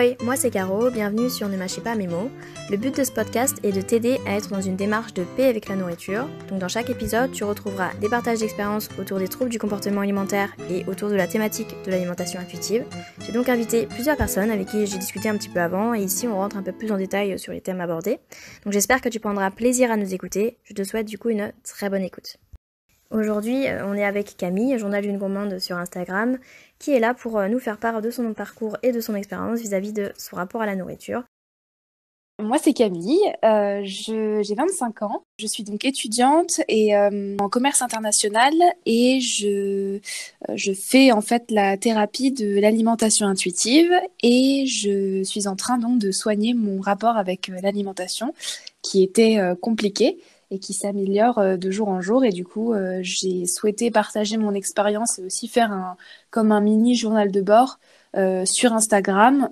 Ahoy, moi c'est Caro, bienvenue sur Ne mâchez pas mes mots. Le but de ce podcast est de t'aider à être dans une démarche de paix avec la nourriture. Donc dans chaque épisode, tu retrouveras des partages d'expériences autour des troubles du comportement alimentaire et autour de la thématique de l'alimentation intuitive. J'ai donc invité plusieurs personnes avec qui j'ai discuté un petit peu avant et ici on rentre un peu plus en détail sur les thèmes abordés. Donc j'espère que tu prendras plaisir à nous écouter. Je te souhaite du coup une très bonne écoute. Aujourd'hui, on est avec Camille, journal d'une gourmande sur Instagram, qui est là pour nous faire part de son parcours et de son expérience vis-à-vis de son rapport à la nourriture. Moi, c'est Camille, j'ai 25 ans, je suis donc étudiante et en commerce international et je fais en fait la thérapie de l'alimentation intuitive et je suis en train donc de soigner mon rapport avec l'alimentation qui était compliqué et qui s'améliore de jour en jour et du coup j'ai souhaité partager mon expérience et aussi faire comme un mini journal de bord sur Instagram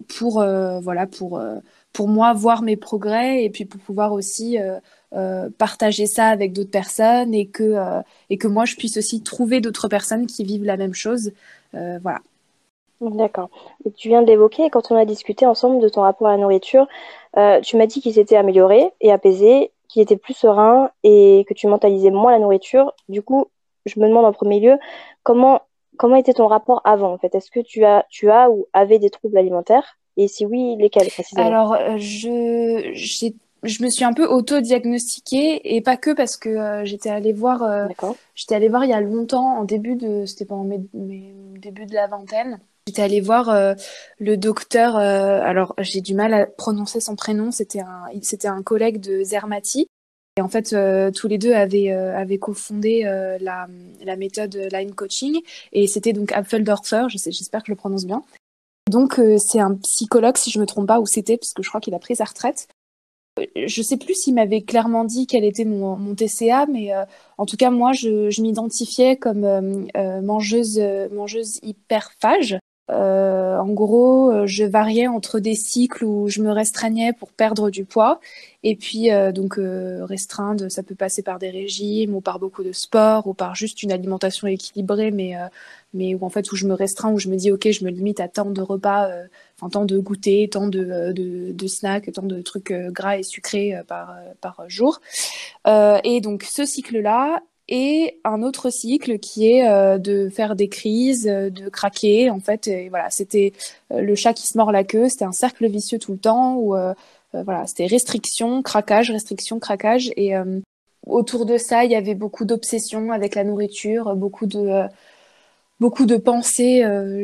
pour moi voir mes progrès et puis pour pouvoir aussi partager ça avec d'autres personnes et que moi je puisse aussi trouver d'autres personnes qui vivent la même chose. Voilà. D'accord. Et tu viens de l'évoquer, et quand on a discuté ensemble de ton rapport à la nourriture, tu m'as dit qu'il s'était amélioré et apaisé, qu'il était plus serein et que tu mentalisais moins la nourriture. Du coup, je me demande en premier lieu, comment, comment était ton rapport avant en fait? Est-ce que tu as ou avais des troubles alimentaires? Et si oui, lesquels précisément? Alors je me suis un peu auto-diagnostiquée et pas que parce que D'accord. j'étais allée voir il y a longtemps c'était pendant mes débuts de la vingtaine. J'étais allée voir le docteur. Alors j'ai du mal à prononcer son prénom. C'était un collègue de Zermati. Et en fait, tous les deux avaient cofondé la méthode Line Coaching. Et c'était donc Apfeldorfer, j'espère que je le prononce bien. Donc, c'est un psychologue, si je me trompe pas, où c'était, parce que je crois qu'il a pris sa retraite. Je sais plus s'il m'avait clairement dit quel était mon TCA, mais en tout cas, moi, je m'identifiais comme mangeuse hyperphage. En gros, je variais entre des cycles où je me restreignais pour perdre du poids, et puis restreindre, ça peut passer par des régimes ou par beaucoup de sport ou par juste une alimentation équilibrée, mais où en fait où je me restreins, où je me dis ok, je me limite à tant de repas, tant de goûters, tant de snacks, tant de trucs gras et sucrés par jour. Et donc ce cycle-là et un autre cycle qui est de faire des crises, de craquer en fait. Et voilà, c'était le chat qui se mord la queue. C'était un cercle vicieux tout le temps où voilà, c'était restriction, craquage. Et autour de ça, il y avait beaucoup d'obsessions avec la nourriture, beaucoup de pensées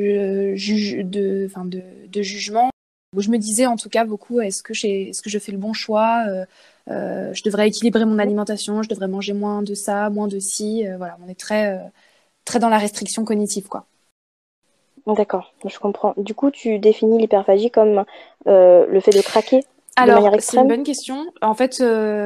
de jugement. Je me disais en tout cas beaucoup, est-ce que je fais le bon choix, je devrais équilibrer mon alimentation, je devrais manger moins de ça, moins de ci. Voilà, on est très dans la restriction cognitive, quoi. D'accord, je comprends. Du coup, tu définis l'hyperphagie comme le fait de craquer de Alors, manière c'est une extrême? bonne question. En fait,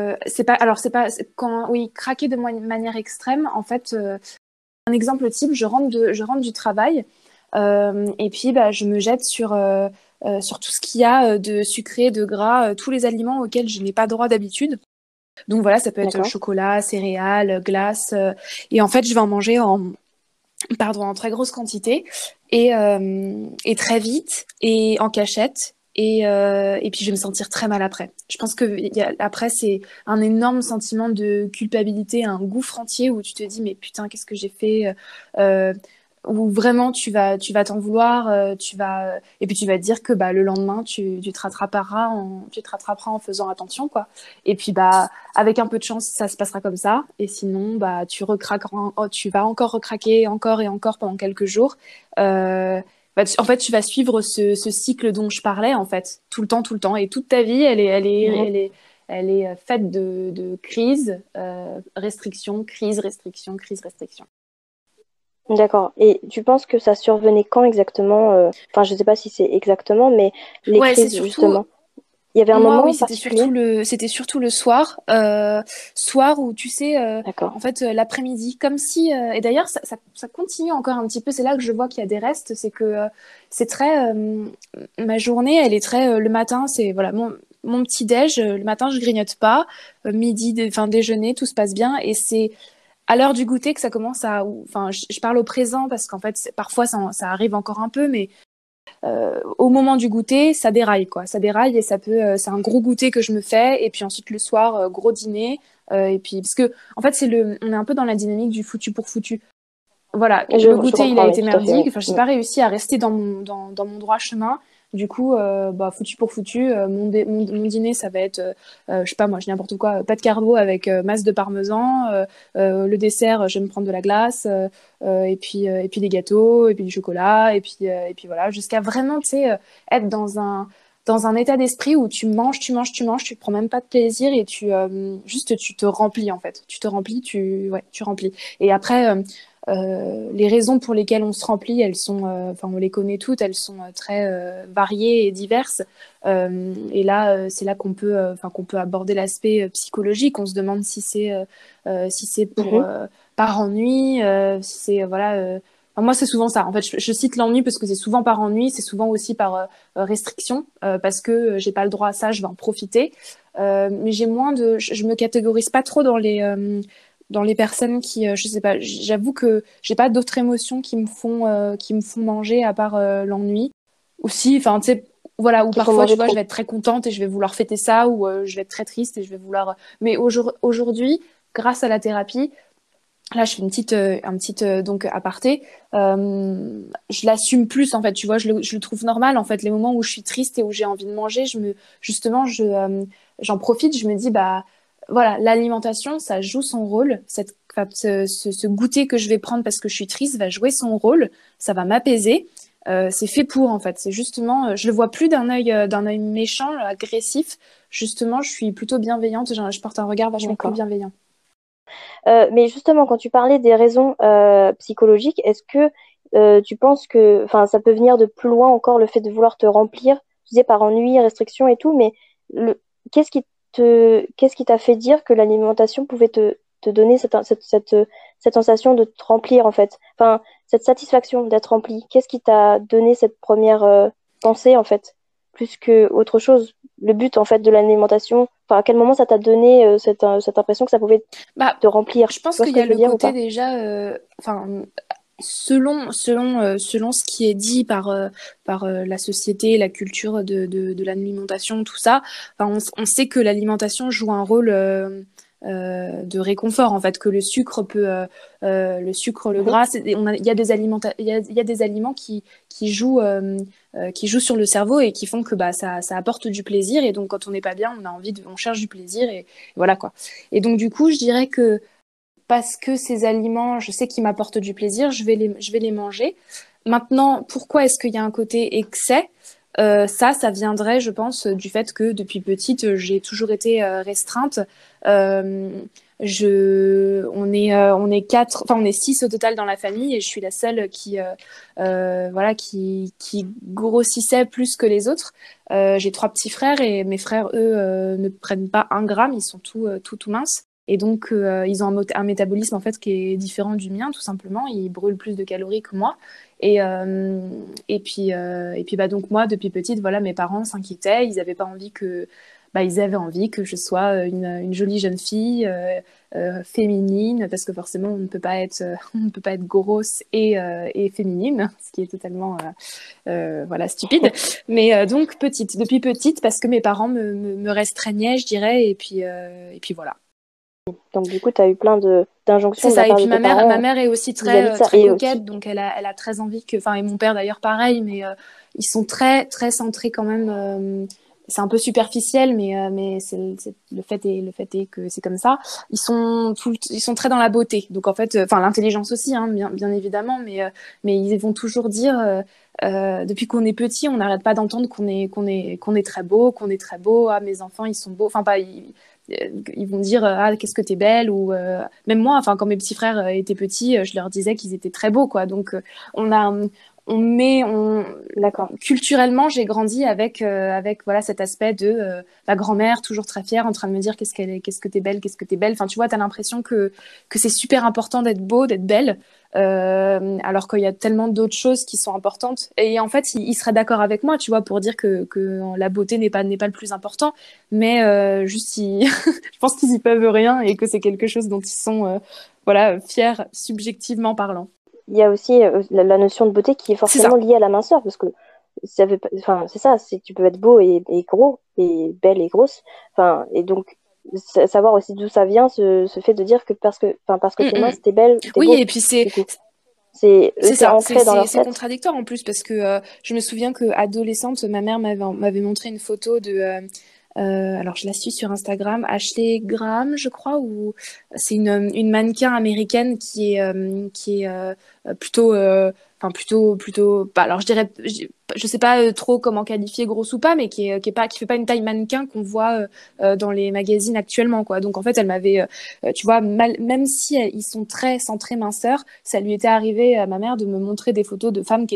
c'est quand, oui, craquer de manière extrême. En fait, un exemple type, je rentre du travail et puis bah, je me jette sur tout ce qu'il y a de sucré, de gras, tous les aliments auxquels je n'ai pas droit d'habitude. Donc voilà, ça peut être D'accord. chocolat, céréales, glace. Et en fait, je vais en manger en très grosse quantité et très vite et en cachette. Et puis je vais me sentir très mal après. Je pense que après c'est un énorme sentiment de culpabilité, un gouffre entier où tu te dis mais putain qu'est-ce que j'ai fait, euh, où vraiment tu vas t'en vouloir, et puis tu vas te dire que bah le lendemain tu te rattraperas en faisant attention quoi. Et puis bah avec un peu de chance ça se passera comme ça et sinon bah tu vas encore recraquer encore et encore pendant quelques jours. En fait, tu vas suivre ce cycle dont je parlais, en fait, tout le temps. Et toute ta vie, Mhm. elle est faite de crises, restriction, crise, restriction. D'accord. Et tu penses que ça survenait quand exactement? Enfin, je ne sais pas si c'est exactement, mais les Ouais, c'est crises, surtout, justement. Il y avait un moi, moment oui, en particulier? c'était surtout le soir, soir où tu sais, D'accord. en fait, l'après-midi, comme si, et d'ailleurs, ça continue encore un petit peu. C'est là que je vois qu'il y a des restes, c'est que c'est très, ma journée, elle est très, le matin, c'est voilà mon petit déj, le matin, je grignote pas, midi, fin déjeuner, tout se passe bien, et c'est à l'heure du goûter que ça commence à, enfin, je parle au présent parce qu'en fait, parfois ça arrive encore un peu, mais Au moment du goûter, ça déraille, quoi. Ça déraille et c'est un gros goûter que je me fais. Et puis ensuite, le soir, gros dîner. Et puis, parce que, en fait, on est un peu dans la dynamique du foutu pour foutu. Voilà, le goûter, il a été merdique. Enfin, j'ai pas réussi à rester dans mon droit chemin. Du coup, foutu pour foutu, mon dîner, ça va être, je sais pas moi, je dis n'importe quoi, pâte carbo avec masse de parmesan. Le dessert, je vais me prendre de la glace, et puis des gâteaux, et puis du chocolat, et puis voilà, jusqu'à vraiment, tu sais, être dans un état d'esprit où tu manges, tu te prends même pas de plaisir et juste tu te remplis en fait. Tu te remplis, tu remplis. Et après, les raisons pour lesquelles on se remplit, elles sont, on les connaît toutes, elles sont très variées et diverses. Et là, c'est là qu'on peut aborder l'aspect psychologique. On se demande si c'est pour par ennui, si c'est enfin, moi, c'est souvent ça. En fait, je cite l'ennui parce que c'est souvent par ennui, c'est souvent aussi par restriction, parce que j'ai pas le droit à ça, je vais en profiter. Mais je me catégorise pas trop dans les personnes qui, je sais pas, j'avoue que j'ai pas d'autres émotions qui me font manger à part l'ennui. Aussi, enfin, tu sais, voilà, ou parfois, tu vois, je vais être très contente et je vais vouloir fêter ça, ou je vais être très triste et je vais vouloir. Mais aujourd'hui, grâce à la thérapie, là, je fais un petit donc aparté. Je l'assume plus en fait. Tu vois, je le trouve normal en fait. Les moments où je suis triste et où j'ai envie de manger, j'en profite. Je me dis bah voilà, l'alimentation, ça joue son rôle. Ce goûter que je vais prendre parce que je suis triste va jouer son rôle. Ça va m'apaiser. C'est fait pour en fait. C'est justement, je le vois plus d'un œil méchant, agressif. Justement, je suis plutôt bienveillante. Je porte un regard vachement plus bienveillant. Mais justement, quand tu parlais des raisons psychologiques, est-ce que tu penses que, enfin, ça peut venir de plus loin encore le fait de vouloir te remplir, tu disais par ennui, restriction et tout, mais qu'est-ce qui t'a fait dire que l'alimentation pouvait te donner cette sensation de te remplir en fait, enfin, cette satisfaction d'être rempli? Qu'est-ce qui t'a donné cette première pensée en fait, plus que autre chose? Le but en fait de l'alimentation, enfin à quel moment ça t'a donné cette impression que ça pouvait te remplir? Je pense qu'il y a le côté déjà, selon ce qui est dit par la société, la culture de l'alimentation, tout ça, on sait que l'alimentation joue un rôle de réconfort en fait, que le sucre le gras, il y a des aliments qui jouent sur le cerveau et qui font que ça apporte du plaisir, et donc quand on n'est pas bien, on cherche du plaisir, et voilà quoi. Et donc du coup, je dirais que parce que ces aliments, je sais qu'ils m'apportent du plaisir, je vais les manger. Maintenant, pourquoi est-ce qu'il y a un côté excès? Ça viendrait, je pense, du fait que depuis petite, j'ai toujours été restreinte. On est quatre, enfin on est 6 au total dans la famille, et je suis la seule qui grossissait plus que les autres. J'ai 3 petits frères, et mes frères, eux, ne prennent pas 1 gramme, ils sont tout minces. Et donc, ils ont un métabolisme en fait qui est différent du mien, tout simplement. Ils brûlent plus de calories que moi. Et puis donc moi, depuis petite, voilà, mes parents s'inquiétaient. Ils avaient envie que je sois une jolie jeune fille féminine, parce que forcément on ne peut pas être grosse et féminine, ce qui est totalement stupide. Mais donc depuis petite, parce que mes parents me restreignaient, je dirais, et puis voilà. Donc du coup, tu as eu plein d'injonctions. C'est ça, et puis ma mère est aussi très coquette, aussi. Donc elle a très envie et mon père d'ailleurs pareil, mais ils sont très très centrés quand même. C'est un peu superficiel, mais le fait est que c'est comme ça. Ils sont très dans la beauté, donc en fait, l'intelligence aussi, hein, bien évidemment, mais ils vont toujours dire. Depuis qu'on est petit, on n'arrête pas d'entendre qu'on est très beau, Ah, mes enfants, ils sont beaux. Enfin, ils vont dire qu'est-ce que t'es belle, ou même moi, quand mes petits frères étaient petits, je leur disais qu'ils étaient très beaux, quoi. Donc culturellement, j'ai grandi avec voilà cet aspect de la grand-mère toujours très fière, en train de me dire qu'est-ce que t'es belle. Enfin, tu vois, t'as l'impression que c'est super important d'être beau, d'être belle. Alors qu'il y a tellement d'autres choses qui sont importantes, et en fait il serait d'accord avec moi, tu vois, pour dire que la beauté n'est pas le plus important, mais juste je pense qu'ils y peuvent rien, et que c'est quelque chose dont ils sont fiers subjectivement parlant. Il y a aussi la notion de beauté qui est forcément liée à la minceur, parce que ça veut enfin, c'est ça, tu peux être beau et gros, et belle et grosse. Enfin, et donc, savoir aussi d'où ça vient, ce fait de dire que parce que Mm, t'es mm. mince, t'es belle ou t'es Oui, beau, et puis du coup. C'est ça, ancré dans leur c'est tête. contradictoire en plus parce que je me souviens que adolescente, ma mère m'avait montré une photo de alors je la suis sur Instagram, Ashley Graham, je crois, ou c'est une mannequin américaine qui est plutôt plutôt bah, alors je sais pas trop comment qualifier grosse ou pas, mais qui fait pas une taille mannequin qu'on voit dans les magazines actuellement, quoi. Donc en fait elle m'avait tu vois, même si ils sont très centrés minceur, ça lui était arrivé à ma mère de me montrer des photos de femmes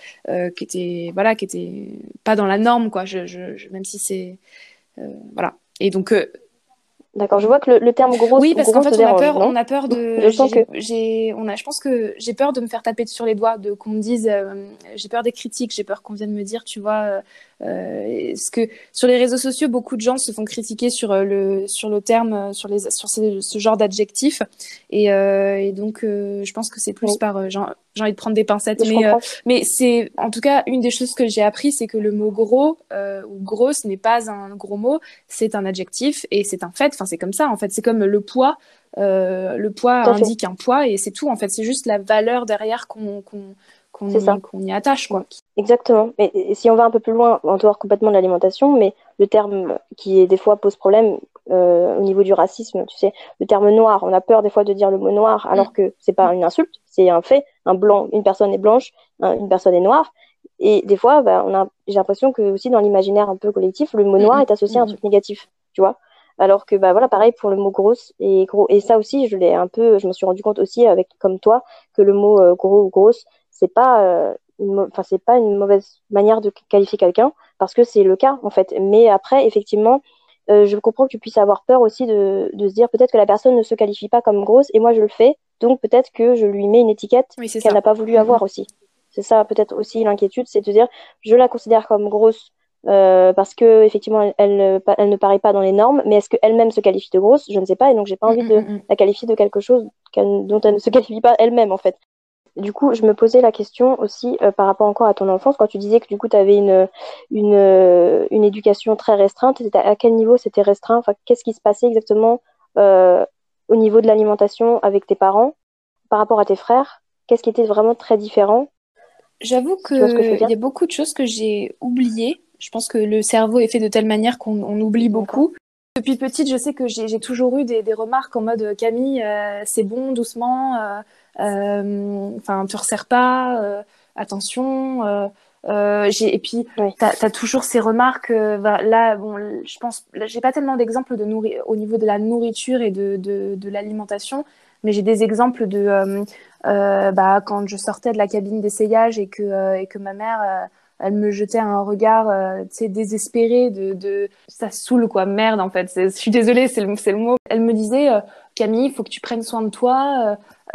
voilà, qui étaient pas dans la norme, quoi. Même si c'est voilà. Et donc D'accord, je vois que le terme oui, parce qu'en gros te fait, dérange, non? on a peur Je sens que, je pense que j'ai peur de me faire taper sur les doigts, de qu'on me dise, j'ai peur des critiques, j'ai peur qu'on vienne me dire, tu vois, ce que sur les réseaux sociaux, beaucoup de gens se font critiquer sur le terme, ce genre d'adjectif, et donc je pense que c'est plus oui, par, j'ai envie de prendre des pincettes, je comprends. mais c'est, en tout cas, une des choses que j'ai appris, c'est que le mot gros ou grosse n'est pas un gros mot, c'est un adjectif et c'est un fait. Enfin, c'est comme ça, en fait. C'est comme le poids. Le poids Tout à fait, indique un poids et c'est tout, en fait. C'est juste la valeur derrière c'est ça. qu'on y attache, Mm. quoi. Exactement. Et si on va un peu plus loin, en dehors complètement de l'alimentation, mais le terme qui des fois pose problème au niveau du racisme, tu sais, le terme noir, on a peur des fois de dire le mot noir Mm. alors que c'est pas une insulte, c'est un fait. Un blanc, une personne est blanche, une personne est noire. Et des fois, bah, j'ai l'impression que aussi dans l'imaginaire un peu collectif, le mot Mm, noir mm, est associé à un mm, truc négatif, tu vois. Alors que bah voilà, pareil pour le mot grosse et gros. Et ça aussi, je me suis rendu compte aussi avec comme toi que le mot gros ou grosse, c'est pas enfin, c'est pas une mauvaise manière de qualifier quelqu'un parce que c'est le cas en fait. Mais après, effectivement, je comprends que tu puisses avoir peur aussi de se dire peut-être que la personne ne se qualifie pas comme grosse et moi je le fais, donc peut-être que je lui mets une étiquette oui, c'est qu'elle ça. n'a pas voulu Mm, mm. avoir aussi. C'est ça peut-être aussi l'inquiétude, c'est de dire je la considère comme grosse parce que effectivement elle ne paraît pas dans les normes, mais est-ce qu'elle-même se qualifie de grosse? Je ne sais pas et donc j'ai pas Mm, envie mm, de mm, mm. la qualifier de quelque chose dont elle ne se qualifie pas elle-même en fait. Du coup, je me posais la question aussi par rapport encore à ton enfance, quand tu disais que du coup, tu avais une éducation très restreinte. À quel niveau c'était restreint? Enfin, qu'est-ce qui se passait exactement euh, au niveau de l'alimentation avec tes parents par rapport à tes frères? Qu'est-ce qui était vraiment très différent? J'avoue Si tu vois ce que je veux qu'il dire? y a beaucoup de choses que j'ai oubliées. Je pense que le cerveau est fait de telle manière qu'on oublie D'accord. beaucoup. Depuis petite, je sais que j'ai toujours eu des remarques en mode Camille, c'est bon, doucement, enfin, te resserre pas, attention. Et puis, Oui. t'as toujours ces remarques. Là, bon, je pense, là, j'ai pas tellement d'exemples au niveau de la nourriture et de l'alimentation, mais j'ai des exemples bah, quand je sortais de la cabine d'essayage et que ma mère elle me jetait un regard tu sais, désespéré ça saoule quoi, merde en fait, je suis désolée, c'est le mot. Elle me disait Camille, il faut que tu prennes soin de toi,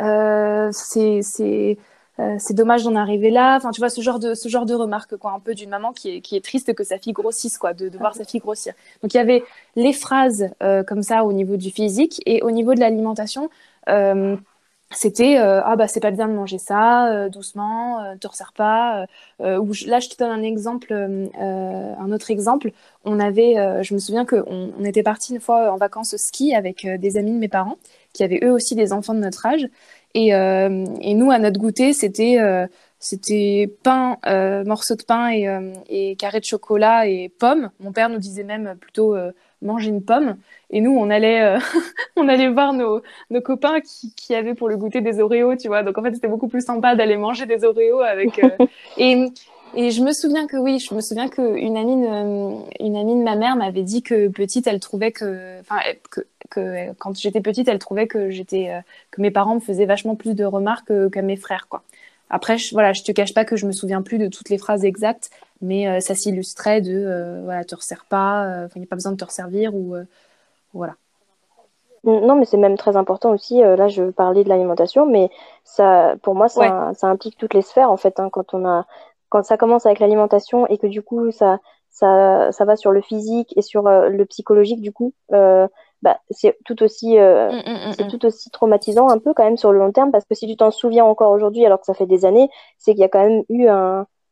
c'est dommage d'en arriver là, enfin tu vois, ce genre de remarque quoi, un peu d'une maman qui est triste que sa fille grossisse quoi, de voir sa fille grossir. Donc il y avait les phrases comme ça au niveau du physique et au niveau de l'alimentation. euh, C'était ah bah c'est pas bien de manger ça, doucement, te resserre pas. Là je te donne un exemple, un autre exemple. Je me souviens que on était parti une fois en vacances au ski avec des amis de mes parents qui avaient eux aussi des enfants de notre âge et nous à notre goûter c'était pain, morceau de pain et carré de chocolat et pommes. Mon père nous disait même plutôt manger une pomme et nous on allait on allait voir nos copains qui avaient pour le goûter des Oreos, tu vois. Donc en fait, c'était beaucoup plus sympa d'aller manger des Oreos avec. Et, et je me souviens que oui, je me souviens que une amie de ma mère m'avait dit que petite, elle trouvait enfin, que quand j'étais petite, elle trouvait que mes parents me faisaient vachement plus de remarques qu'à mes frères, quoi. Après, voilà, je te cache pas que je me souviens plus de toutes les phrases exactes, mais ça s'illustrait de, voilà, te resserre pas, il n'y a pas besoin de te resservir ou voilà. Non, mais c'est même très important aussi. Là, je parlais de l'alimentation, mais ça, pour moi, Ouais. ça implique toutes les sphères en fait. Hein, quand ça commence avec l'alimentation et que du coup, ça va sur le physique et sur le psychologique, du coup, bah, Mm, mm, c'est mm, tout aussi traumatisant un peu quand même sur le long terme parce que si tu t'en souviens encore aujourd'hui, alors que ça fait des années, c'est qu'il y a quand même eu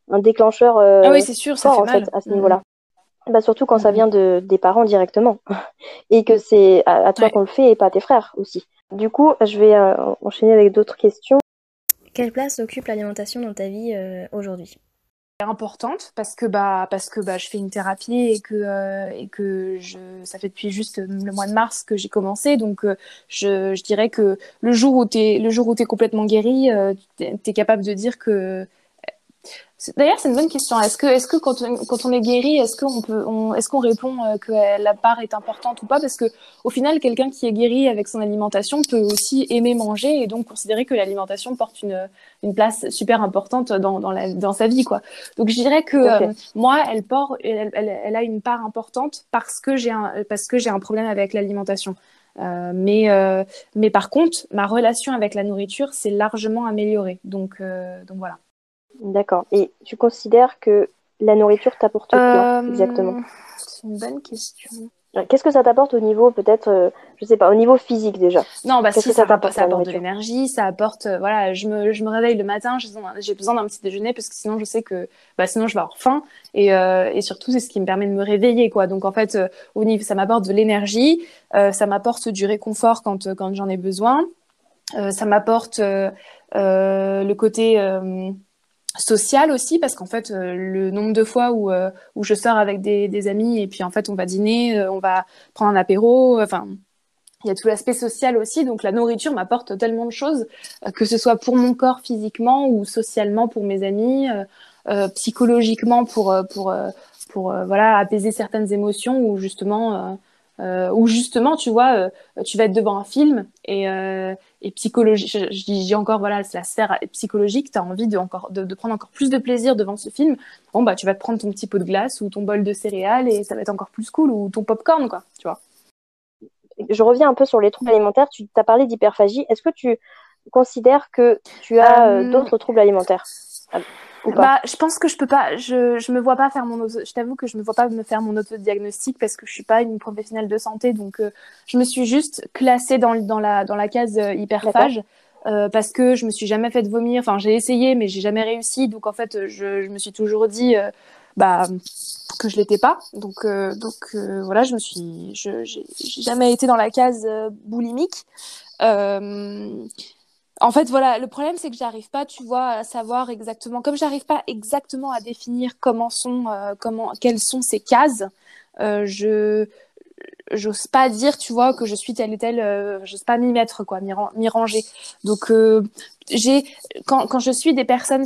un déclencheur Ah oui, c'est sûr, ça fort fait en mal. fait à ce niveau-là. Bah, surtout quand ça Mm. vient des parents directement et que c'est à toi Ouais. qu'on le fait et pas à tes frères aussi. Du coup, je vais enchaîner avec d'autres questions. Quelle place occupe l'alimentation dans ta vie aujourd'hui? Importante parce que je fais une thérapie et que ça fait depuis juste le mois de mars que j'ai commencé, donc je dirais que le jour où t'es complètement guéri, t'es capable de dire que. D'ailleurs, c'est une bonne question. Est-ce que quand on est guéri, est-ce qu'on répond que la part est importante ou pas? Parce que au final, quelqu'un qui est guéri avec son alimentation peut aussi aimer manger et donc considérer que l'alimentation porte une place super importante dans sa vie, quoi. Donc je dirais que Tout à fait. moi, elle a une part importante parce que j'ai un problème avec l'alimentation. Mais par contre, ma relation avec la nourriture s'est largement améliorée. Donc voilà. D'accord. Et tu considères que la nourriture t'apporte quoi exactement? Euh, c'est une bonne question. Qu'est-ce que ça t'apporte au niveau peut-être, je sais pas, au niveau physique déjà? Non, bah Qu'est-ce si, que ça t'apporte ça la apporte de nourriture? l'énergie, ça apporte, voilà, je me réveille le matin, j'ai besoin d'un petit déjeuner parce que sinon je sais que, bah sinon je vais avoir faim et surtout c'est ce qui me permet de me réveiller, quoi. Donc en fait, au niveau, ça m'apporte de l'énergie, ça m'apporte du réconfort quand j'en ai besoin, ça m'apporte le côté social aussi parce qu'en fait le nombre de fois où je sors avec des amis et puis en fait on va dîner, on va prendre un apéro, enfin il y a tout l'aspect social aussi, donc la nourriture m'apporte tellement de choses, que ce soit pour mon corps physiquement ou socialement pour mes amis, psychologiquement pour voilà apaiser certaines émotions ou justement tu vois tu vas être devant un film et psychologie je dis encore voilà c'est la sphère psychologique, tu as envie de prendre encore plus de plaisir devant ce film, bon bah tu vas te prendre ton petit pot de glace ou ton bol de céréales et ça va être encore plus cool, ou ton popcorn, quoi, tu vois. Je reviens un peu sur les troubles alimentaires. Tu t'as parlé d'hyperphagie. Est-ce que tu considères que tu as Euh, d'autres troubles alimentaires Ah, ou pas? Bah, je pense que je peux pas. Je me vois pas faire je t'avoue que je me vois pas me faire mon autodiagnostic parce que je suis pas une professionnelle de santé. Donc, je me suis juste classée dans la case D'accord. hyperphage parce que je me suis jamais fait vomir. Enfin, j'ai essayé, mais j'ai jamais réussi. Donc, en fait, je me suis toujours dit bah que je l'étais pas. Donc voilà, j'ai jamais été dans la case boulimique. Euh, En fait, voilà, le problème, c'est que j'arrive pas, tu vois, à savoir exactement, comme j'arrive pas exactement à définir quelles sont ces cases, je j'ose pas dire, tu vois, que je suis telle et telle, j'ose pas m'y mettre, quoi, m'y ranger. Donc, j'ai, quand je suis des personnes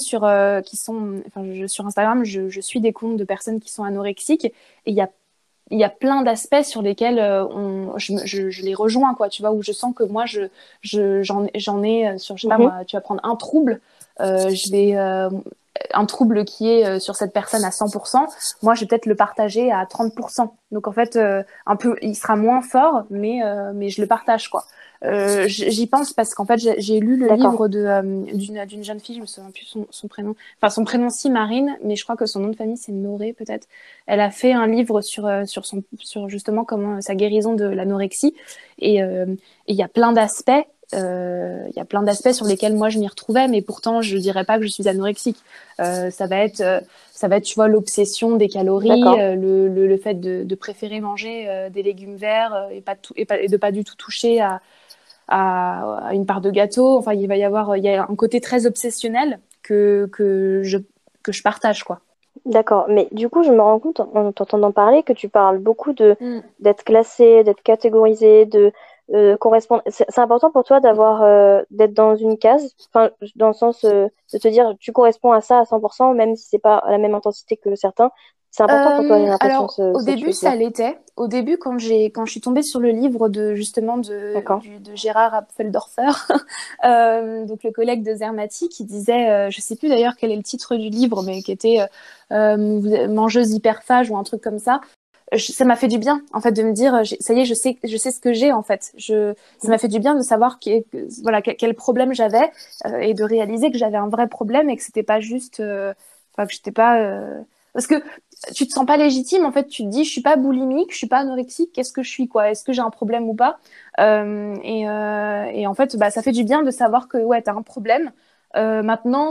sur Instagram, je suis des comptes de personnes qui sont anorexiques, et il y a plein d'aspects sur lesquels je les rejoins, quoi, tu vois, où je sens que moi, j'en ai sur, je sais pas Mhm. moi, tu vas prendre un trouble, un trouble qui est sur cette personne à 100%, moi, je vais peut-être le partager à 30%. Donc, en fait, un peu, il sera moins fort, mais je le partage, quoi. J'y pense parce qu'en fait, j'ai lu le D'accord. livre d'une jeune fille, je me souviens plus son prénom. Enfin, son prénom, si, Marine, mais je crois que son nom de famille, c'est Noré, peut-être. Elle a fait un livre sur justement comment sa guérison de l'anorexie. Et il y a plein d'aspects. Il y a plein d'aspects sur lesquels moi je m'y retrouvais, mais pourtant je dirais pas que je suis anorexique. Ça va être, tu vois, l'obsession des calories, D'accord. le fait de préférer manger des légumes verts et de pas du tout toucher à une part de gâteau. Enfin, il y a un côté très obsessionnel que je partage, quoi. D'accord. Mais du coup, je me rends compte en t'entendant parler que tu parles beaucoup de Mm. d'être classé, d'être catégorisé, de correspondre. C'est important pour toi d'avoir d'être dans une case, enfin, dans le sens de te dire tu corresponds à ça à 100%, même si c'est pas à la même intensité que certains. C'est important pour toi, j'ai l'impression, Alors, au cette début, ça chose-là. l'était. Au début, quand je suis tombée sur le livre justement D'accord. de Gérard Apfeldorfer, donc le collègue de Zermatt, qui disait, je sais plus d'ailleurs quel est le titre du livre, mais qui était mangeuse hyperphage ou un truc comme ça. Ça m'a fait du bien, en fait, de me dire, ça y est, je sais ce que j'ai, en fait. Ça m'a fait du bien de savoir voilà, quel problème j'avais et de réaliser que j'avais un vrai problème et que c'était pas juste, enfin, que j'étais pas, parce que tu te sens pas légitime, en fait, tu te dis, je suis pas boulimique, je suis pas anorexique, qu'est-ce que je suis, quoi? Est-ce que j'ai un problème ou pas? Et en fait, bah, ça fait du bien de savoir que, ouais, t'as un problème. Maintenant,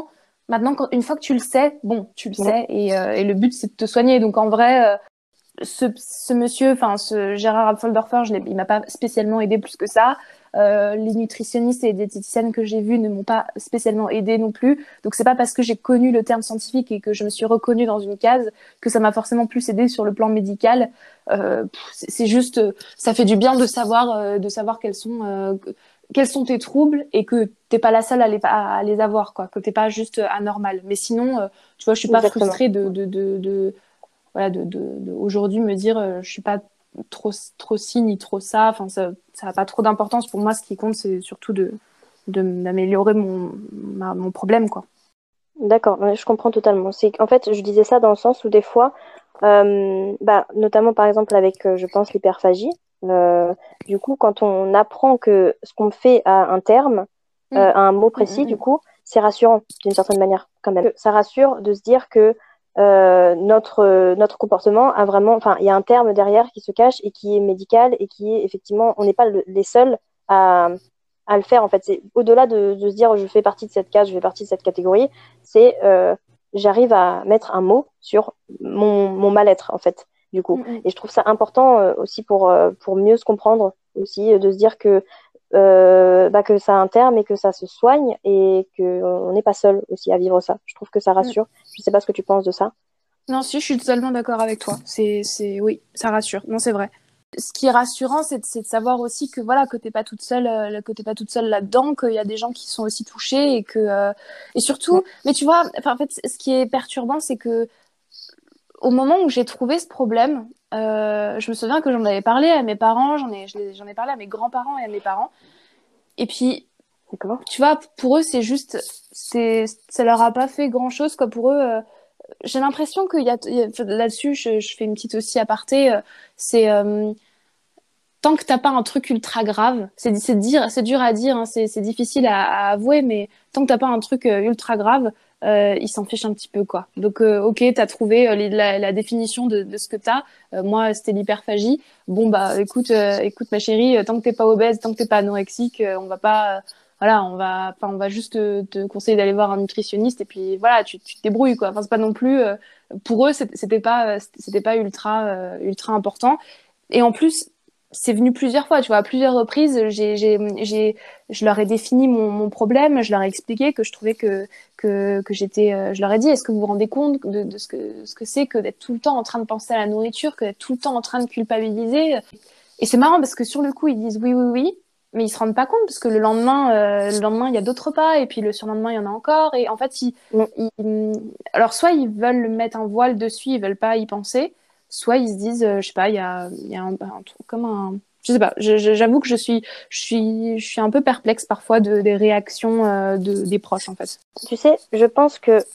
Maintenant, une fois que tu le sais, bon, tu le sais, et le but, c'est de te soigner. Donc, en vrai, ce monsieur, enfin, ce Gérard Apfeldorfer, il m'a pas spécialement aidé plus que ça. Les nutritionnistes et les diététiciennes que j'ai vus ne m'ont pas spécialement aidé non plus. Donc, c'est pas parce que j'ai connu le terme scientifique et que je me suis reconnue dans une case que ça m'a forcément plus aidé sur le plan médical. C'est juste, ça fait du bien de savoir quels sont tes troubles et que t'es pas la seule à les avoir, quoi, que t'es pas juste anormal. Mais sinon, tu vois, je suis pas Exactement. frustrée voilà, aujourd'hui me dire je suis pas trop ci ni trop ça. Enfin, ça a pas trop d'importance pour moi. Ce qui compte, c'est surtout d'améliorer mon problème, quoi. D'accord, ouais, je comprends totalement. En fait, je disais ça dans le sens où des fois, notamment par exemple avec, je pense, l'hyperphagie, euh, du coup, quand on apprend que ce qu'on fait a un terme, Mm. à un mot Mm, précis, mm, du mm. coup, c'est rassurant d'une certaine manière quand même. Ça rassure de se dire que notre comportement a vraiment, enfin, il y a un terme derrière qui se cache et qui est médical et qui est effectivement, on n'est pas les seuls à le faire en fait. C'est au-delà de se dire je fais partie de cette case, je fais partie de cette catégorie, c'est j'arrive à mettre un mot sur mon mal-être en fait du coup. Mm, mm. Et je trouve ça important aussi pour mieux se comprendre aussi, de se dire que ça a un terme et que ça se soigne et qu'on n'est pas seul aussi à vivre ça. Je trouve que ça Mm. rassure. Je sais pas ce que tu penses de ça. Non, si, je suis totalement d'accord avec toi. Oui, ça rassure. Non, c'est vrai. Ce qui est rassurant, c'est de savoir aussi que voilà, que t'es pas toute seule, là-dedans, qu'il y a des gens qui sont aussi touchés et surtout, mais tu vois, enfin, en fait, ce qui est perturbant, c'est que au moment où j'ai trouvé ce problème, je me souviens que j'en avais parlé à mes parents, j'en ai parlé à mes grands-parents et à mes parents. Et puis, D'accord. tu vois, pour eux, ça leur a pas fait grand-chose, quoi. Pour eux, j'ai l'impression là-dessus, je fais une petite aussi aparté, c'est tant que t'as pas un truc ultra grave, c'est dur à dire, hein, c'est difficile à avouer, mais tant que t'as pas un truc ultra grave, ils s'en fichent un petit peu, quoi. Donc, ok, t'as trouvé la définition de ce que t'as. Moi, c'était l'hyperphagie. Bon, bah, écoute, ma chérie, tant que t'es pas obèse, tant que t'es pas anorexique, on va pas, voilà, on va juste te conseiller d'aller voir un nutritionniste et puis voilà, tu te débrouilles, quoi. Enfin, c'est pas non plus, pour eux, c'était pas ultra important. Et en plus, c'est venu plusieurs fois, tu vois, à plusieurs reprises, je leur ai défini mon problème, je leur ai expliqué que je trouvais que j'étais, je leur ai dit, est-ce que vous vous rendez compte de ce que c'est que d'être tout le temps en train de penser à la nourriture, que d'être tout le temps en train de culpabiliser. Et c'est marrant parce que sur le coup, ils disent oui, oui, oui, mais ils se rendent pas compte parce que le lendemain, il y a d'autres repas et puis le surlendemain, il y en a encore. Et en fait, Mm. alors soit ils veulent mettre un voile dessus, ils veulent pas y penser, soit ils se disent, je sais pas, il y a un truc comme un, je sais pas. J'avoue que je suis un peu perplexe parfois des réactions des proches en fait. Tu sais, je pense que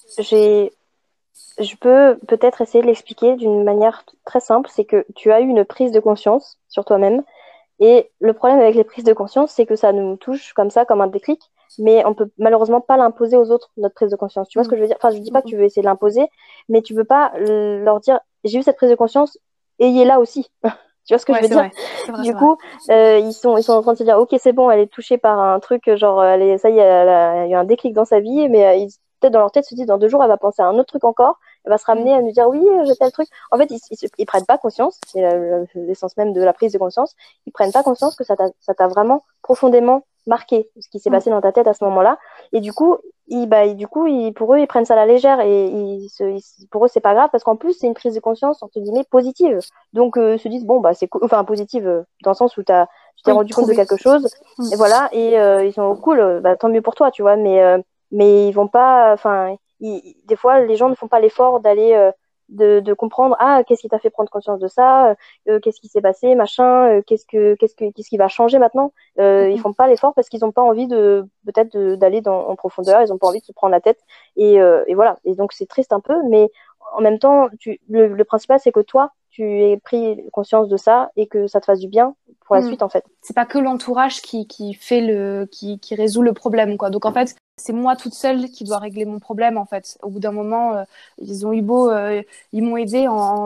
je peux peut-être essayer de l'expliquer d'une manière très simple, c'est que tu as eu une prise de conscience sur toi-même. Et le problème avec les prises de conscience, c'est que ça nous touche comme ça, comme un déclic, mais on peut malheureusement pas l'imposer aux autres, notre prise de conscience. Tu vois ce Mm. que je veux dire? Enfin, je dis pas que Mm. tu veux essayer de l'imposer, mais tu veux pas leur dire, j'ai eu cette prise de conscience, ayez-la aussi. Tu vois ce que je Ouais, veux c'est dire? vrai, c'est vrai, Du c'est vrai. coup, ils sont en train de se dire, ok, c'est bon, elle est touchée par un truc, genre, ça y est, il y a eu un déclic dans sa vie, mais peut-être dans leur tête se disent, dans 2 jours, elle va penser à un autre truc encore, elle va se Mm. ramener à nous dire, oui, j'ai tel truc. En fait, ils prennent pas conscience, c'est l'essence même de la prise de conscience, ils prennent pas conscience que ça t'a vraiment profondément marqué, ce qui s'est Mm. passé dans ta tête à ce moment-là. Et du coup, pour eux, ils prennent ça à la légère et pour eux, c'est pas grave parce qu'en plus, c'est une prise de conscience, entre guillemets, positive. Donc, ils se disent, bon, bah, c'est cool. Enfin, positive, dans le sens où tu t'es Oui, rendu compte de trouver. quelque chose. Mm. Et voilà. Et ils sont cool, bah, tant mieux pour toi, tu vois. Mais ils vont pas, enfin, des fois, les gens ne font pas l'effort d'aller, de comprendre, ah, qu'est-ce qui t'a fait prendre conscience de ça? Qu'est-ce qui s'est passé, machin? Qu'est-ce qui va changer maintenant? Ils Mm. font pas l'effort parce qu'ils n'ont pas envie d'aller en profondeur, ils n'ont pas envie de se prendre la tête. Et voilà. Et donc, c'est triste un peu, mais en même temps, le principal, c'est que toi, tu aies pris conscience de ça et que ça te fasse du bien pour la Mm. suite, en fait. C'est pas que l'entourage qui fait qui résout le problème, quoi. Donc en fait, c'est moi toute seule qui dois régler mon problème, en fait. Au bout d'un moment, ils ont eu beau, ils m'ont aidé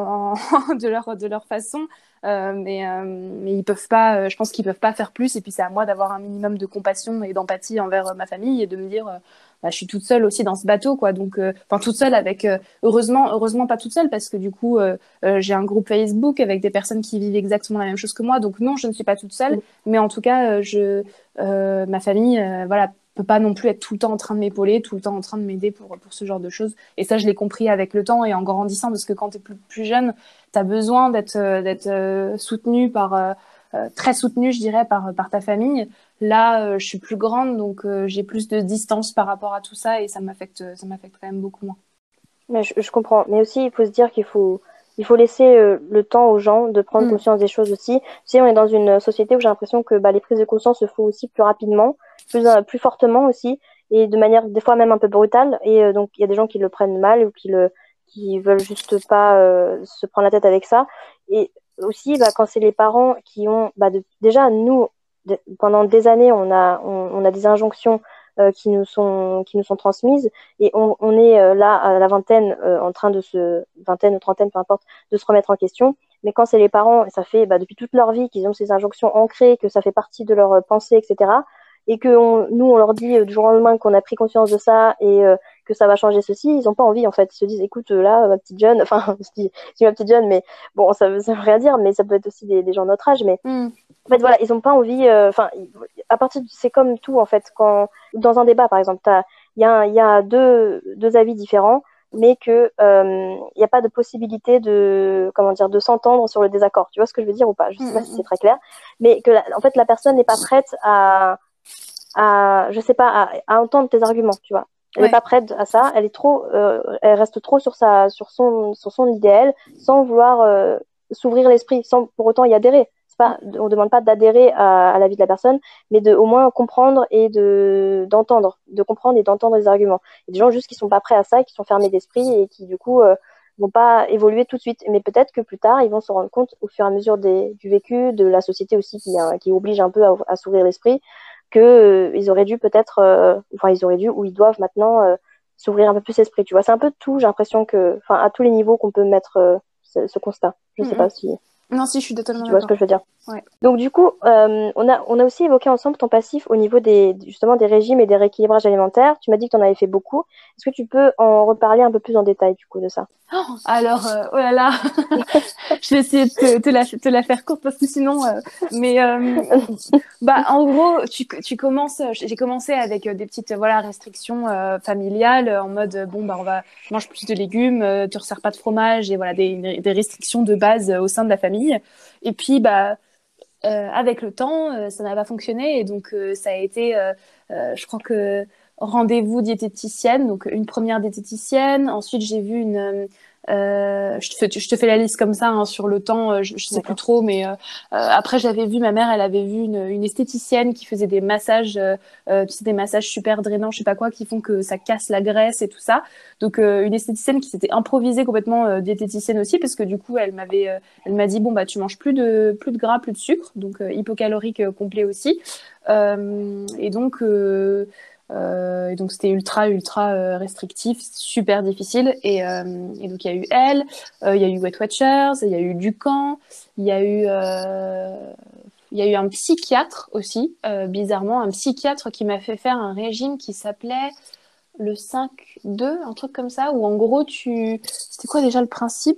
de leur façon, mais ils peuvent pas, je pense qu'ils peuvent pas faire plus. Et puis c'est à moi d'avoir un minimum de compassion et d'empathie envers ma famille et de me dire, je suis toute seule aussi dans ce bateau, quoi. Donc, enfin, toute seule avec, heureusement pas toute seule parce que du coup, j'ai un groupe Facebook avec des personnes qui vivent exactement la même chose que moi. Donc non, je ne suis pas toute seule, mais en tout cas, ma famille, voilà, peut pas non plus être tout le temps en train de m'épauler, tout le temps en train de m'aider pour ce genre de choses. Et ça, je l'ai compris avec le temps et en grandissant, parce que quand tu es plus jeune, tu as besoin d'être soutenu très soutenu, je dirais, par ta famille. Là, je suis plus grande, donc j'ai plus de distance par rapport à tout ça et ça m'affecte quand même beaucoup moins. Mais je comprends. Mais aussi, il faut se dire il faut laisser le temps aux gens de prendre conscience des choses aussi. Tu sais, on est dans une société où j'ai l'impression que les prises de conscience se font aussi plus rapidement, plus fortement aussi, et de manière des fois même un peu brutale. Et donc, il y a des gens qui le prennent mal ou qui veulent juste pas se prendre la tête avec ça. Et aussi, quand c'est les parents qui ont, déjà nous, pendant des années, on a des injonctions qui nous sont transmises et on est là à la vingtaine en train vingtaine ou trentaine peu importe de se remettre en question, mais quand c'est les parents, ça fait depuis toute leur vie qu'ils ont ces injonctions ancrées, que ça fait partie de leur pensée, etc., et que nous on leur dit du jour au lendemain qu'on a pris conscience de ça et que ça va changer ceci, ils ont pas envie en fait, ils se disent écoute là ma petite jeune, enfin je dis ma petite jeune, mais bon ça veut rien dire, mais ça peut être aussi des gens de notre âge, mais en fait, voilà, ils ont pas envie. Enfin, à partir c'est comme tout en fait. Quand dans un débat, par exemple, il y a deux avis différents, mais que il n'y a pas de possibilité de de s'entendre sur le désaccord. Tu vois ce que je veux dire ou pas? Je sais pas si c'est très clair, mais que en fait la personne n'est pas prête je sais pas, à entendre tes arguments. Tu vois, elle n'est pas prête à ça. Elle est trop, elle reste trop sur son idéal, sans vouloir s'ouvrir l'esprit, sans pour autant y adhérer. On demande pas d'adhérer à la vie de la personne, mais de au moins comprendre et de comprendre et d'entendre les arguments. Il y a des gens juste qui sont pas prêts à ça, qui sont fermés d'esprit et qui du coup vont pas évoluer tout de suite. Mais peut-être que plus tard, ils vont se rendre compte au fur et à mesure du vécu, de la société aussi qui oblige un peu à s'ouvrir l'esprit, que ils auraient dû peut-être, ils auraient dû ou ils doivent maintenant s'ouvrir un peu plus l'esprit. Tu vois, c'est un peu tout. J'ai l'impression que, enfin, à tous les niveaux qu'on peut mettre ce constat. Je sais pas si. Non, si, je suis totalement Tu vois ce que je veux dire. Ouais. Donc du coup, on a aussi évoqué ensemble ton passif au niveau justement des régimes et des rééquilibrages alimentaires. Tu m'as dit que tu en avais fait beaucoup. Est-ce que tu peux en reparler un peu plus en détail du coup de ça? Alors, oh là là, je vais essayer de te la faire courte parce que sinon, en gros, tu commences. J'ai commencé avec des petites restrictions familiales en mode mange plus de légumes, tu resserres pas de fromage et voilà des restrictions de base au sein de la famille. Et puis avec le temps, ça n'a pas fonctionné et donc ça a été, je crois que rendez-vous diététicienne, donc une première diététicienne. Ensuite, j'ai vu je te fais la liste comme ça sur le temps, je sais plus trop, mais après j'avais vu ma mère, elle avait vu une esthéticienne qui faisait des massages, tu sais, des massages super drainants, je sais pas quoi, qui font que ça casse la graisse et tout ça. Donc une esthéticienne qui s'était improvisée complètement diététicienne aussi, parce que du coup elle m'a dit tu manges plus de gras, plus de sucre, donc hypocalorique complet aussi. Et donc c'était ultra restrictif, super difficile et donc il y a eu elle, il y a eu Weight Watchers, il y a eu Ducan, il y a eu un psychiatre aussi, bizarrement un psychiatre qui m'a fait faire un régime qui s'appelait le 5-2, un truc comme ça, où en gros c'était quoi déjà le principe?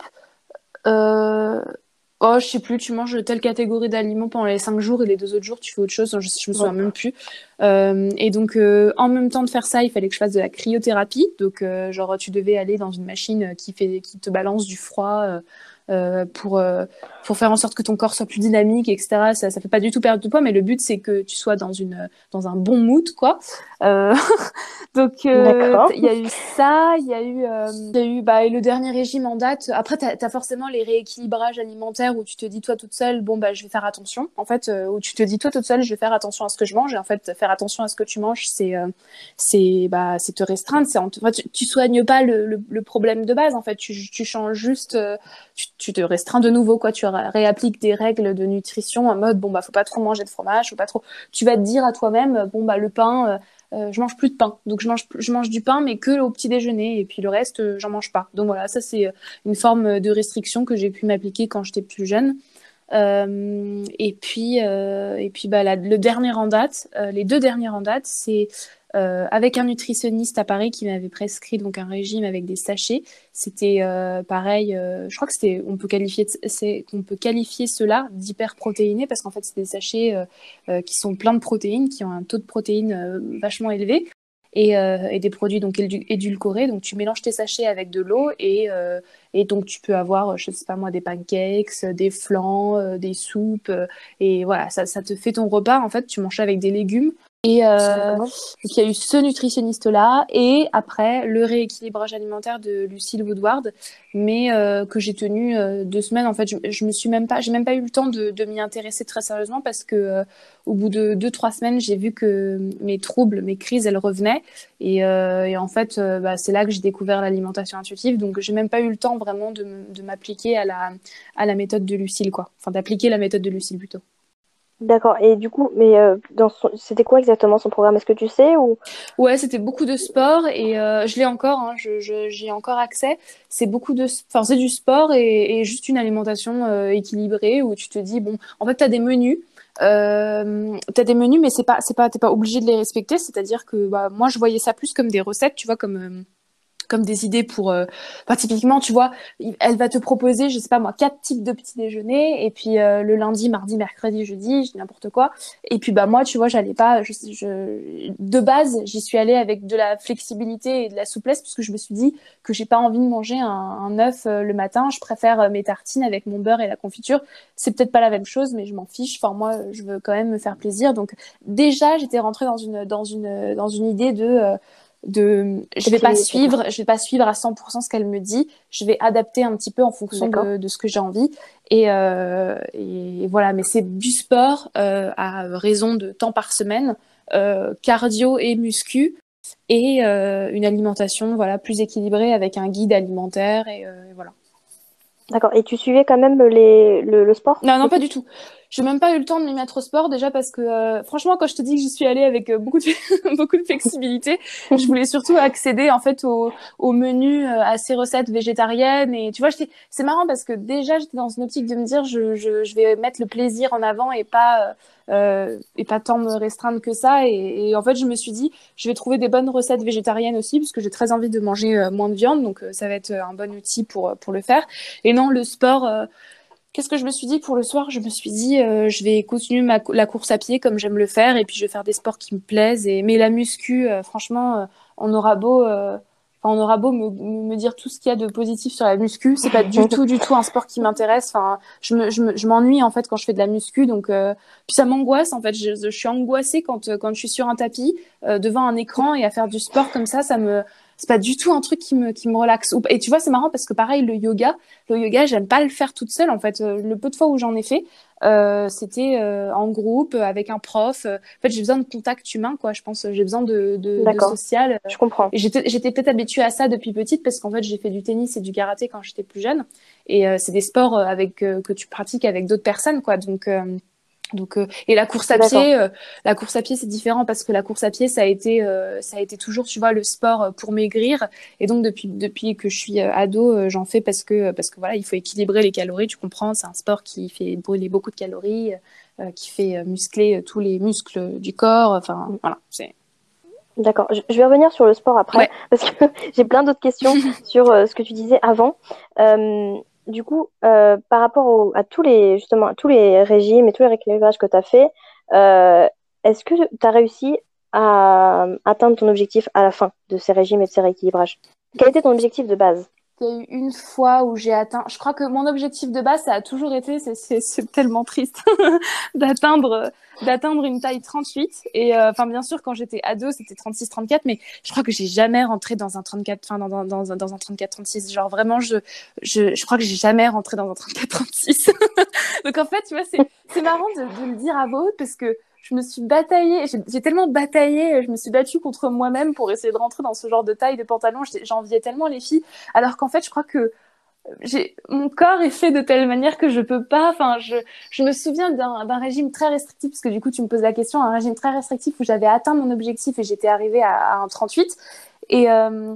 Je sais plus, tu manges telle catégorie d'aliments pendant les 5 jours et les 2 autres jours, tu fais autre chose. Je me souviens même plus. Et donc, en même temps de faire ça, il fallait que je fasse de la cryothérapie. Donc, tu devais aller dans une machine qui te balance du froid pour faire en sorte que ton corps soit plus dynamique, etc. Ça fait pas du tout perdre de poids, mais le but, c'est que tu sois dans un bon mood, quoi. Donc, il y a eu ça, il y a eu le dernier régime en date. Après, t'as forcément les rééquilibrages alimentaires où tu te dis, toi, toute seule, je vais faire attention. En fait, où tu te dis, toi, toute seule, je vais faire attention à ce que je mange. Et en fait, faire attention à ce que tu manges, c'est te restreindre. Tu soignes pas le problème de base. En fait, tu changes juste, tu te restreins de nouveau, quoi. Tu réappliques des règles de nutrition en mode, faut pas trop manger de fromage, faut pas trop. Tu vas te dire à toi-même, le pain, je mange plus de pain, donc je mange du pain mais que au petit déjeuner et puis le reste j'en mange pas. Donc voilà, ça c'est une forme de restriction que j'ai pu m'appliquer quand j'étais plus jeune. Le dernier en date, les 2 derniers en date, c'est avec un nutritionniste à Paris qui m'avait prescrit donc un régime avec des sachets. C'était pareil, je crois que on peut qualifier cela d'hyperprotéinés parce qu'en fait c'est des sachets qui sont pleins de protéines, qui ont un taux de protéines vachement élevé. Et des produits donc édulcorés. Donc tu mélanges tes sachets avec de l'eau et donc tu peux avoir, je sais pas moi, des pancakes, des flans, des soupes. Et voilà, ça te fait ton repas. En fait, tu manges avec des légumes. Et donc il y a eu ce nutritionniste-là et après le rééquilibrage alimentaire de Lucille Woodward, mais que j'ai tenu 2 semaines. En fait, j'ai même pas eu le temps de m'y intéresser très sérieusement parce que au bout de 2-3 semaines, j'ai vu que mes troubles, mes crises, elles revenaient et en fait, c'est là que j'ai découvert l'alimentation intuitive. Donc j'ai même pas eu le temps vraiment de m'appliquer à la méthode de Lucille, quoi. Enfin, d'appliquer la méthode de Lucille plutôt. D'accord. Et du coup, mais c'était quoi exactement son programme? Est-ce que tu sais ou... Ouais, c'était beaucoup de sport et je l'ai encore, hein, j'y ai encore accès. C'est c'est du sport et juste une alimentation équilibrée où tu te dis bon, en fait t'as des menus, mais t'es pas obligé de les respecter. C'est-à-dire que moi je voyais ça plus comme des recettes, tu vois, comme des idées pour typiquement tu vois elle va te proposer je sais pas moi 4 types de petits déjeuners et puis le lundi mardi mercredi jeudi je dis n'importe quoi et puis moi tu vois j'allais pas de base j'y suis allée avec de la flexibilité et de la souplesse puisque je me suis dit que j'ai pas envie de manger un œuf le matin, je préfère mes tartines avec mon beurre et la confiture. C'est peut-être pas la même chose mais je m'en fiche, enfin moi je veux quand même me faire plaisir. Donc déjà j'étais rentrée dans une idée je vais pas suivre à 100% ce qu'elle me dit, je vais adapter un petit peu en fonction de ce que j'ai envie et voilà. Mais c'est du sport à raison de temps par semaine, cardio et muscu et une alimentation voilà plus équilibrée avec un guide alimentaire et voilà. D'accord. Et tu suivais quand même le sport? Non, pas du tout. J'ai même pas eu le temps de m'y mettre au sport déjà parce que franchement quand je te dis que j'y suis allée avec beaucoup de beaucoup de flexibilité, je voulais surtout accéder en fait au menu, à ces recettes végétariennes et tu vois c'est marrant parce que déjà j'étais dans une optique de me dire je vais mettre le plaisir en avant et pas tant me restreindre que ça et en fait je me suis dit je vais trouver des bonnes recettes végétariennes aussi parce que j'ai très envie de manger moins de viande donc ça va être un bon outil pour le faire. Et non, le sport, qu'est-ce que je me suis dit pour le soir? Je me suis dit, je vais continuer la course à pied comme j'aime le faire, et puis je vais faire des sports qui me plaisent. Mais la muscu, franchement, on aura beau me dire tout ce qu'il y a de positif sur la muscu, c'est pas du tout un sport qui m'intéresse. Enfin, je m'ennuie en fait quand je fais de la muscu, donc puis ça m'angoisse en fait. Je suis angoissée quand je suis sur un tapis devant un écran et à faire du sport comme ça c'est pas du tout un truc qui me relaxe. Et tu vois, c'est marrant parce que pareil, le yoga, j'aime pas le faire toute seule. En fait, le peu de fois où j'en ai fait, c'était en groupe avec un prof. En fait, j'ai besoin de contact humain, quoi. Je pense, j'ai besoin de social. Je comprends. Et j'étais peut-être habituée à ça depuis petite parce qu'en fait, j'ai fait du tennis et du karaté quand j'étais plus jeune. Et c'est des sports que tu pratiques avec d'autres personnes, quoi. Donc et la course à pied c'est différent parce que la course à pied ça a été toujours tu vois le sport pour maigrir et donc depuis que je suis ado j'en fais parce que voilà il faut équilibrer les calories, tu comprends, c'est un sport qui fait brûler beaucoup de calories qui fait muscler tous les muscles du corps, enfin voilà, c'est D'accord. Je vais revenir sur le sport après parce que j'ai plein d'autres questions sur ce que tu disais avant. Du coup, par rapport à tous les régimes et tous les rééquilibrages que tu as fait, est-ce que tu as réussi à atteindre ton objectif à la fin de ces régimes et de ces rééquilibrages? Quel était ton objectif de base? Il y a eu une fois où j'ai atteint, je crois que mon objectif de base, ça a toujours été, c'est tellement triste, d'atteindre une taille 38. Et enfin, bien sûr, quand j'étais ado, c'était 36-34, mais je crois que j'ai jamais rentré dans un 34, enfin, dans un 34-36. Genre vraiment, je crois que j'ai jamais rentré dans un 34-36. Donc en fait, tu vois, c'est marrant de le dire à voix haute parce que je me suis bataillée, j'ai tellement bataillé, je me suis battue contre moi-même pour essayer de rentrer dans ce genre de taille de pantalon. J'enviais tellement les filles, alors qu'en fait, je crois que mon corps est fait de telle manière que je peux pas. Enfin, je me souviens d'un régime très restrictif, parce que du coup, tu me poses la question, un régime très restrictif où j'avais atteint mon objectif et j'étais arrivée à un 38. Et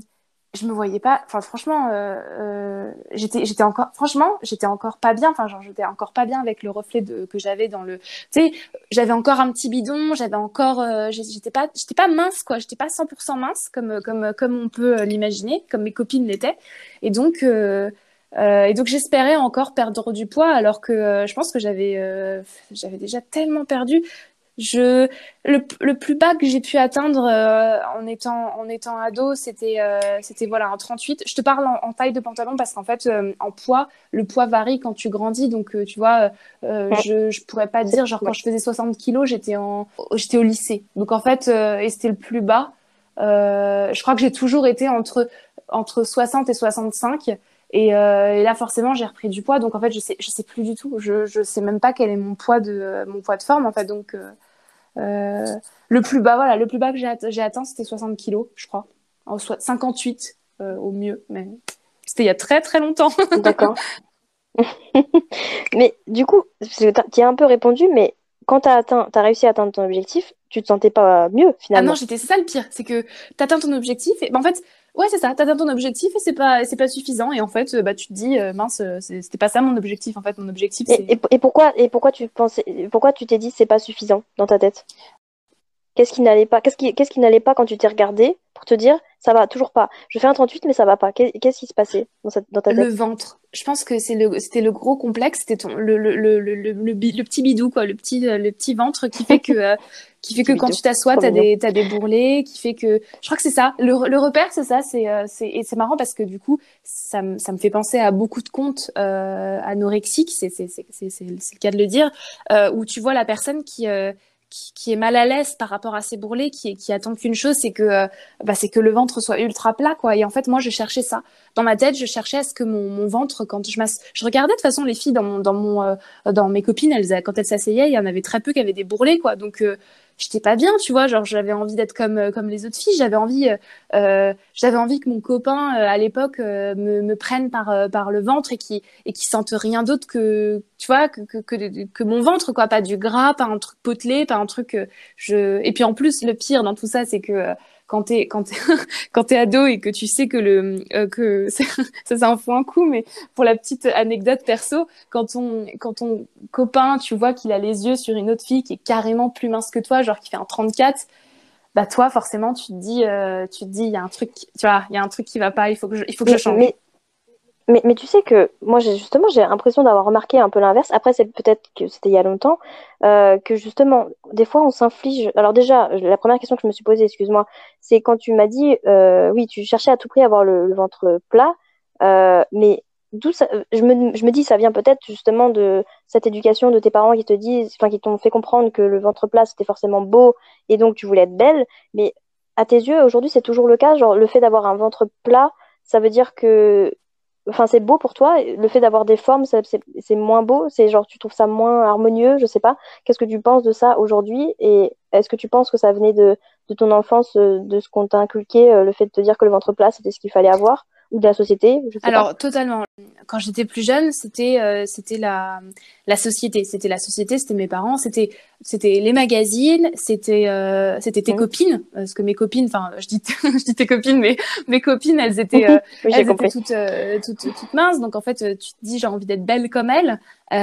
je me voyais pas, enfin franchement j'étais encore pas bien, enfin genre j'étais encore pas bien avec le reflet que j'avais dans le, tu sais, j'avais encore un petit bidon, j'avais encore j'étais pas mince quoi, j'étais pas 100% mince comme on peut l'imaginer, comme mes copines l'étaient, et donc j'espérais encore perdre du poids alors que je pense que j'avais déjà tellement perdu. Le plus bas que j'ai pu atteindre en étant ado, c'était voilà, un 38. Je te parle en taille de pantalon parce qu'en fait, en poids, le poids varie quand tu grandis. Donc, tu vois, Mm. je pourrais pas dire, genre, Ouais. quand je faisais 60 kilos, j'étais au lycée. Donc, en fait, et c'était le plus bas. Je crois que j'ai toujours été entre 60 et 65. Et là, forcément, j'ai repris du poids. Donc, en fait, je sais plus du tout. Je sais même pas quel est mon poids de forme, en fait. Donc, euh, le plus bas que j'ai atteint, c'était 60 kilos, je crois. 58 au mieux, mais c'était il y a très très longtemps. D'accord. Mais du coup, tu as un peu répondu, mais quand t'as réussi à atteindre ton objectif, tu te sentais pas mieux Ah non, finalement. c'est ça le pire, c'est que t'atteins ton objectif et en fait, ouais, c'est ça, t'atteins ton objectif et c'est pas suffisant et en fait, bah tu te dis mince, c'était pas ça mon objectif en fait, mon objectif Et, c'est et, et pourquoi tu t'es dit c'est pas suffisant dans ta tête? Qu'est-ce qui n'allait pas? Qu'est-ce qui n'allait pas quand tu t'es regardé pour te dire ça va toujours pas? Je fais un 38 mais ça va pas. Qu'est-ce qui se passait dans ta le tête? ventre. Je pense que c'était le gros complexe, c'était le petit bidou, quoi, le petit ventre qui fait que Petit quand bidou, tu t'assois, trop mignon. t'as des bourrelets, qui fait que, je crois que c'est ça. Le repère, c'est ça, et c'est marrant parce que du coup, ça me fait penser à beaucoup de contes, anorexiques, c'est le cas de le dire, où tu vois la personne qui est mal à l'aise par rapport à ses bourrelets, qui attend qu'une chose, c'est que le ventre soit ultra plat, quoi. Et en fait, moi, je cherchais ça dans ma tête, je cherchais à ce que mon ventre, quand je regardais de toute façon les filles dans mes copines, quand elles s'asseyaient, il y en avait très peu qui avaient des bourrelets, quoi. Donc, j'étais pas bien, tu vois. Genre, j'avais envie d'être comme les autres filles. J'avais envie que mon copain, à l'époque, me prenne par le ventre et qui sente rien d'autre que, tu vois, que mon ventre, quoi. Pas du gras, pas un truc potelé, pas un truc. Et puis en plus, le pire dans tout ça, c'est que quand t'es ado et que tu sais que ça c'est un fou un coup, mais pour la petite anecdote perso, quand ton copain, tu vois qu'il a les yeux sur une autre fille qui est carrément plus mince que toi, genre qui fait un 34, bah toi forcément tu te dis il y a un truc, tu vois, il y a un truc qui va pas, il faut que je Mais, change. mais, mais tu sais que moi, j'ai l'impression d'avoir remarqué un peu l'inverse. Après, c'est peut-être que c'était il y a longtemps, que justement, des fois, on s'inflige. Alors déjà, la première question que je me suis posée, excuse-moi, c'est quand tu m'as dit, oui, tu cherchais à tout prix à avoir le ventre plat, mais d'où ça, je me dis, ça vient peut-être justement de cette éducation de tes parents qui te disent, enfin, qui t'ont fait comprendre que le ventre plat, c'était forcément beau, et donc tu voulais être belle. Mais à tes yeux, aujourd'hui, c'est toujours le cas, genre le fait d'avoir un ventre plat, ça veut dire que enfin, c'est beau pour toi. Le fait d'avoir des formes, c'est moins beau. C'est genre, tu trouves ça moins harmonieux, je sais pas. Qu'est-ce que tu penses de ça aujourd'hui? Et est-ce que tu penses que ça venait de ton enfance, de ce qu'on t'a inculqué, le fait de te dire que le ventre plat, c'était ce qu'il fallait avoir? Ou de la société? Je sais pas. Alors totalement. Quand j'étais plus jeune, c'était la société, c'était mes parents, c'était les magazines, c'était tes Mhm. copines, parce que mes copines, enfin je dis je dis tes copines, mais mes copines elles étaient Oui, j'ai elles étaient compris. toutes minces, donc en fait tu te dis j'ai envie d'être belle comme elles,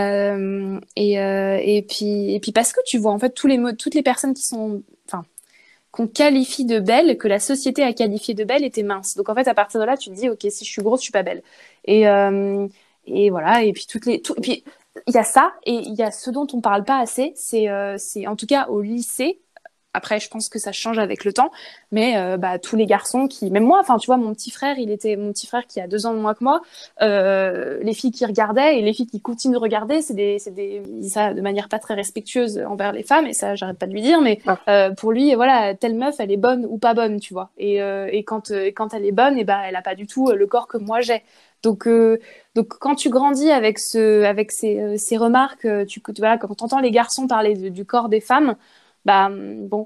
et puis parce que tu vois en fait toutes les personnes qui sont, enfin, qu'on qualifie de belle, que la société a qualifié de belle, était mince. Donc en fait, à partir de là, tu te dis, ok, si je suis grosse, je suis pas belle. Et voilà. Et puis et puis il y a ça et il y a ce dont on parle pas assez. C'est en tout cas au lycée. Après, je pense que ça change avec le temps, mais bah, tous les garçons même moi, enfin, tu vois, mon petit frère qui a 2 ans de moins que moi, les filles qui regardaient et les filles qui continuent de regarder, ils disent ça de manière pas très respectueuse envers les femmes, et ça, j'arrête pas de lui dire, mais Ah. pour lui, voilà, telle meuf, elle est bonne ou pas bonne, tu vois, et quand elle est bonne, et bah, elle a pas du tout le corps que moi j'ai. Donc, donc quand tu grandis avec ces remarques, voilà, quand tu entends les garçons parler du corps des femmes, bah bon,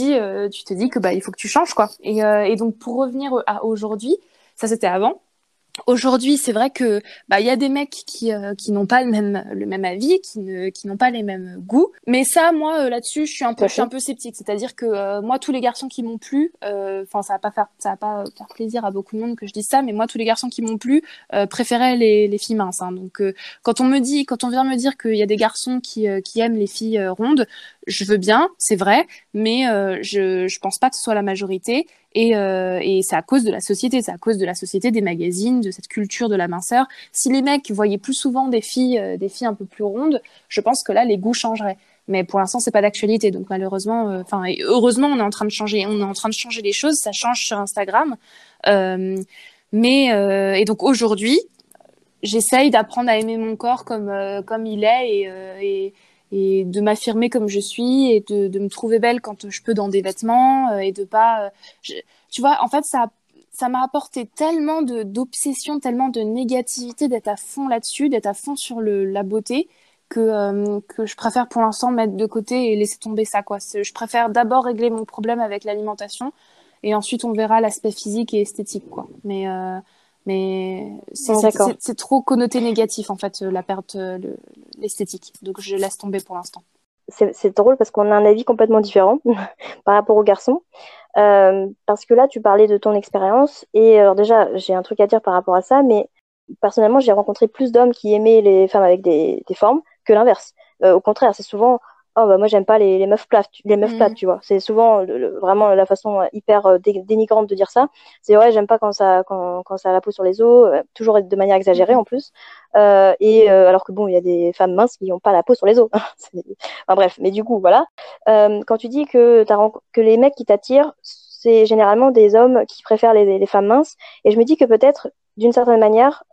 tu te dis que bah il faut que tu changes, quoi. Et donc pour revenir à aujourd'hui, ça c'était avant. Aujourd'hui, c'est vrai que il y a des mecs qui n'ont pas le même avis, qui n'ont pas les mêmes goûts. Mais ça, moi, là-dessus, je suis un peu sceptique. C'est-à-dire que moi, tous les garçons qui m'ont plu, enfin, ça va pas faire plaisir à beaucoup de monde que je dise ça, mais moi, tous les garçons qui m'ont plu préféraient les filles minces. Hein. Donc, quand on vient me dire qu'il y a des garçons qui aiment les filles rondes, je veux bien, c'est vrai, mais je pense pas que ce soit la majorité. Et c'est à cause de la société, c'est à cause de la société, des magazines, de cette culture de la minceur. Si les mecs voyaient plus souvent des filles un peu plus rondes, je pense que là, les goûts changeraient. Mais pour l'instant, c'est pas d'actualité. Donc malheureusement, et heureusement, on est en train de changer. On est en train de changer les choses. Ça change sur Instagram. Et donc aujourd'hui, j'essaye d'apprendre à aimer mon corps comme il est et de m'affirmer comme je suis et de me trouver belle quand je peux dans des vêtements et de pas tu vois, en fait, ça m'a apporté tellement d'obsession, tellement de négativité d'être à fond là-dessus, d'être à fond sur la beauté que je préfère pour l'instant mettre de côté et laisser tomber ça, quoi. Je préfère d'abord régler mon problème avec l'alimentation et ensuite on verra l'aspect physique et esthétique, quoi. Mais c'est trop connoté négatif, en fait, la perte, l'esthétique. Donc, je laisse tomber pour l'instant. C'est drôle parce qu'on a un avis complètement différent par rapport aux garçons. Parce que là, tu parlais de ton expérience. Et alors déjà, j'ai un truc à dire par rapport à ça, mais personnellement, j'ai rencontré plus d'hommes qui aimaient les femmes avec des formes que l'inverse. Au contraire, c'est souvent oh bah moi j'aime pas les meufs plates, tu vois. C'est souvent vraiment la façon hyper dénigrante de dire ça. C'est ouais, j'aime pas quand ça a la peau sur les os, toujours de manière exagérée en plus. Alors que bon, il y a des femmes minces qui n'ont pas la peau sur les os. Enfin bref, mais du coup voilà. Quand tu dis que les mecs qui t'attirent, c'est généralement des hommes qui préfèrent les femmes minces, et je me dis que peut-être d'une certaine manière,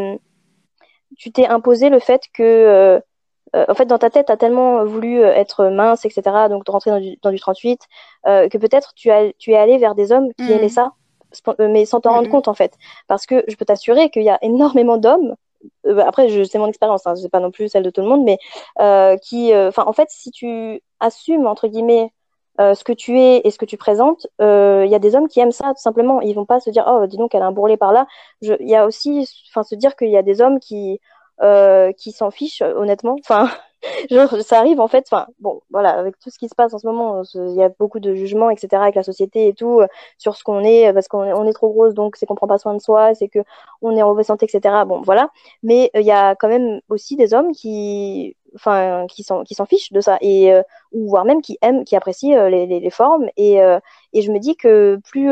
tu t'es imposé le fait que en fait, dans ta tête, tu as tellement voulu être mince, etc., donc de rentrer dans du 38, que peut-être tu es allé vers des hommes qui aimaient ça, mais sans t'en rendre compte, en fait. Parce que je peux t'assurer qu'il y a énormément d'hommes, après, c'est mon expérience, hein, c'est pas non plus celle de tout le monde, mais en fait, si tu assumes, entre guillemets, ce que tu es et ce que tu présentes, il y a des hommes qui aiment ça, tout simplement. Ils vont pas se dire, oh, dis donc, elle a un bourrelet par là. Il y a aussi, se dire qu'il y a des hommes qui s'en fichent, honnêtement. Enfin, genre, ça arrive en fait. Enfin, bon, voilà, avec tout ce qui se passe en ce moment, il y a beaucoup de jugements, etc., avec la société et tout, sur ce qu'on est, parce qu'on est trop grosse, donc c'est qu'on prend pas soin de soi, c'est que on est en mauvaise santé, etc. Bon, voilà. Mais il y a quand même aussi des hommes qui s'en fichent de ça ou voire même qui aiment, qui apprécient les formes et je me dis que plus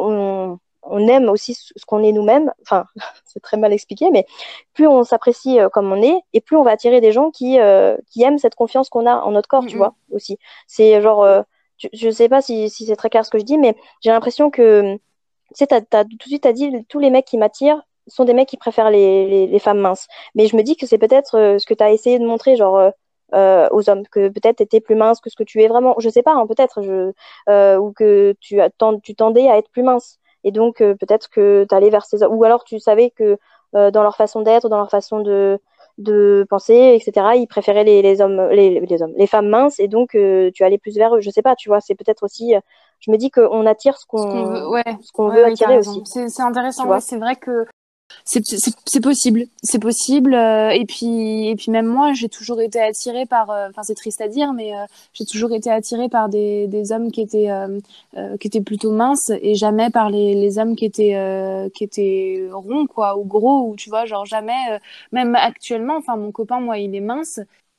on aime aussi ce qu'on est nous-mêmes, enfin, c'est très mal expliqué, mais plus on s'apprécie comme on est, et plus on va attirer des gens qui aiment cette confiance qu'on a en notre corps, tu vois, aussi. C'est genre, je sais pas si c'est très clair ce que je dis, mais j'ai l'impression que, tu sais, tout de suite, t'as dit, tous les mecs qui m'attirent sont des mecs qui préfèrent les femmes minces. Mais je me dis que c'est peut-être ce que tu as essayé de montrer, genre, aux hommes, que peut-être tu étais plus mince que ce que tu es vraiment. Je sais pas, hein, peut-être, ou que tu tendais à être plus mince. Et donc, peut-être que tu allais vers ces hommes. Ou alors, tu savais que dans leur façon d'être, dans leur façon de penser, etc., ils préféraient les hommes, les femmes minces. Et donc, tu allais plus vers eux. Je sais pas, tu vois, c'est peut-être aussi. Je me dis qu'on attire ce qu'on veut attirer aussi. C'est intéressant. Ouais, c'est vrai que c'est possible, et puis même moi j'ai toujours été attirée par enfin c'est triste à dire mais j'ai toujours été attirée par des hommes qui étaient plutôt minces et jamais par les hommes qui étaient ronds quoi ou gros ou tu vois genre jamais même actuellement enfin mon copain moi il est mince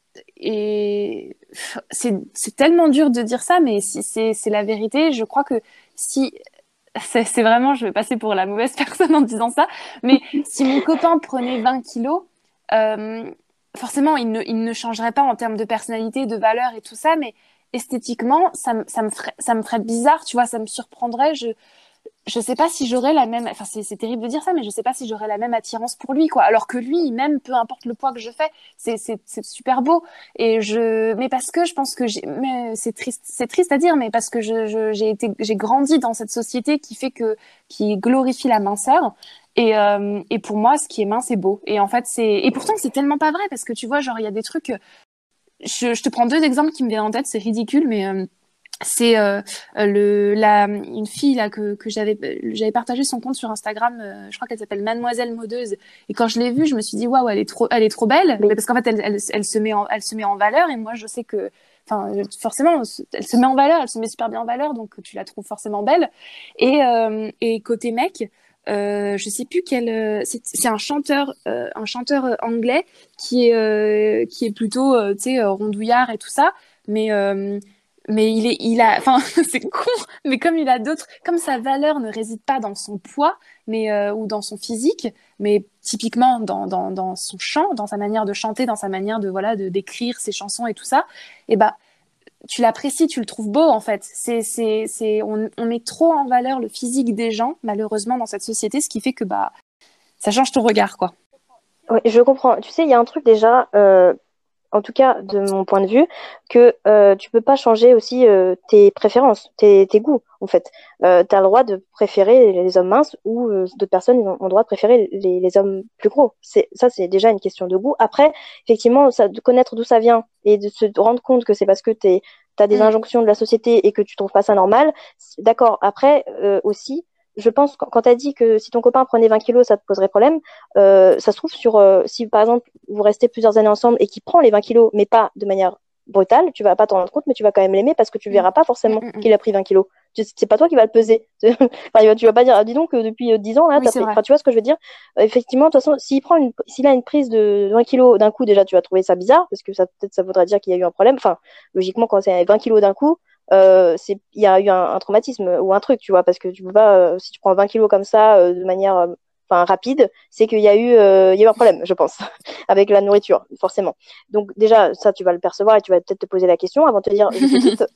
et c'est tellement dur de dire ça mais si c'est la vérité je crois que si c'est vraiment, je vais passer pour la mauvaise personne en disant ça, mais si mon copain prenait 20 kilos, forcément, il ne changerait pas en termes de personnalité, de valeur et tout ça, mais esthétiquement, ça me ferait bizarre, tu vois, ça me surprendrait. Je sais pas si j'aurais la même, enfin c'est terrible de dire ça, mais je sais pas si j'aurais la même attirance pour lui, quoi. Alors que lui, même, peu importe le poids que je fais, c'est super beau. Mais parce que je pense que mais c'est triste à dire, mais parce que j'ai grandi dans cette société qui glorifie la minceur. Et pour moi, ce qui est mince est beau. Et en fait, et pourtant, c'est tellement pas vrai parce que tu vois, genre, il y a des trucs, je te prends deux exemples qui me viennent en tête, c'est ridicule, mais, c'est une fille là que j'avais partagé son compte sur Instagram, je crois qu'elle s'appelle Mademoiselle Modeuse, et quand je l'ai vue je me suis dit waouh, elle est trop belle, Oui. mais parce qu'en fait elle se met en valeur, et moi je sais que enfin forcément elle se met en valeur, elle se met super bien en valeur, donc tu la trouves forcément belle. Et côté mec, je sais plus c'est un chanteur anglais qui est plutôt tu sais rondouillard et tout ça, mais enfin, c'est con, mais comme sa valeur ne réside pas dans son poids, ou dans son physique, mais typiquement dans son chant, dans sa manière de chanter, dans sa manière de d'écrire ses chansons et tout ça, et bah, tu l'apprécies, tu le trouves beau, en fait. On met trop en valeur le physique des gens, malheureusement, dans cette société, ce qui fait que, bah, ça change ton regard, quoi. Oui, je comprends. Tu sais, il y a un truc déjà, en tout cas de mon point de vue, que tu peux pas changer aussi tes préférences, tes goûts, en fait. Tu as le droit de préférer les hommes minces, ou d'autres personnes ont le droit de préférer les hommes plus gros. Ça, c'est déjà une question de goût. Après, effectivement, de connaître d'où ça vient et de se rendre compte que c'est parce que t'as des injonctions de la société et que tu trouves pas ça normal. D'accord. Après, aussi, je pense, quand tu as dit que si ton copain prenait 20 kilos, ça te poserait problème, ça se trouve si par exemple vous restez plusieurs années ensemble et qu'il prend les 20 kilos, mais pas de manière brutale, tu vas pas t'en rendre compte, mais tu vas quand même l'aimer parce que tu verras pas forcément qu'il a pris 20 kilos. C'est pas toi qui vas le peser. Enfin, tu vas pas dire, ah, dis donc, depuis 10 ans, là, Oui, t'as c'est pris. vrai. Enfin, tu vois ce que je veux dire? Effectivement, de toute façon, s'il a une prise de 20 kilos d'un coup, déjà, tu vas trouver ça bizarre, parce que peut-être ça voudrait dire qu'il y a eu un problème. Enfin, logiquement, quand c'est 20 kilos d'un coup, il y a eu un traumatisme ou un truc, tu vois, parce que tu peux pas, si tu prends 20 kilos comme ça, de manière, enfin, rapide, c'est qu'il y a eu un problème, je pense, avec la nourriture, forcément. Donc, déjà, ça, tu vas le percevoir et tu vas peut-être te poser la question avant de te dire, je te quitte.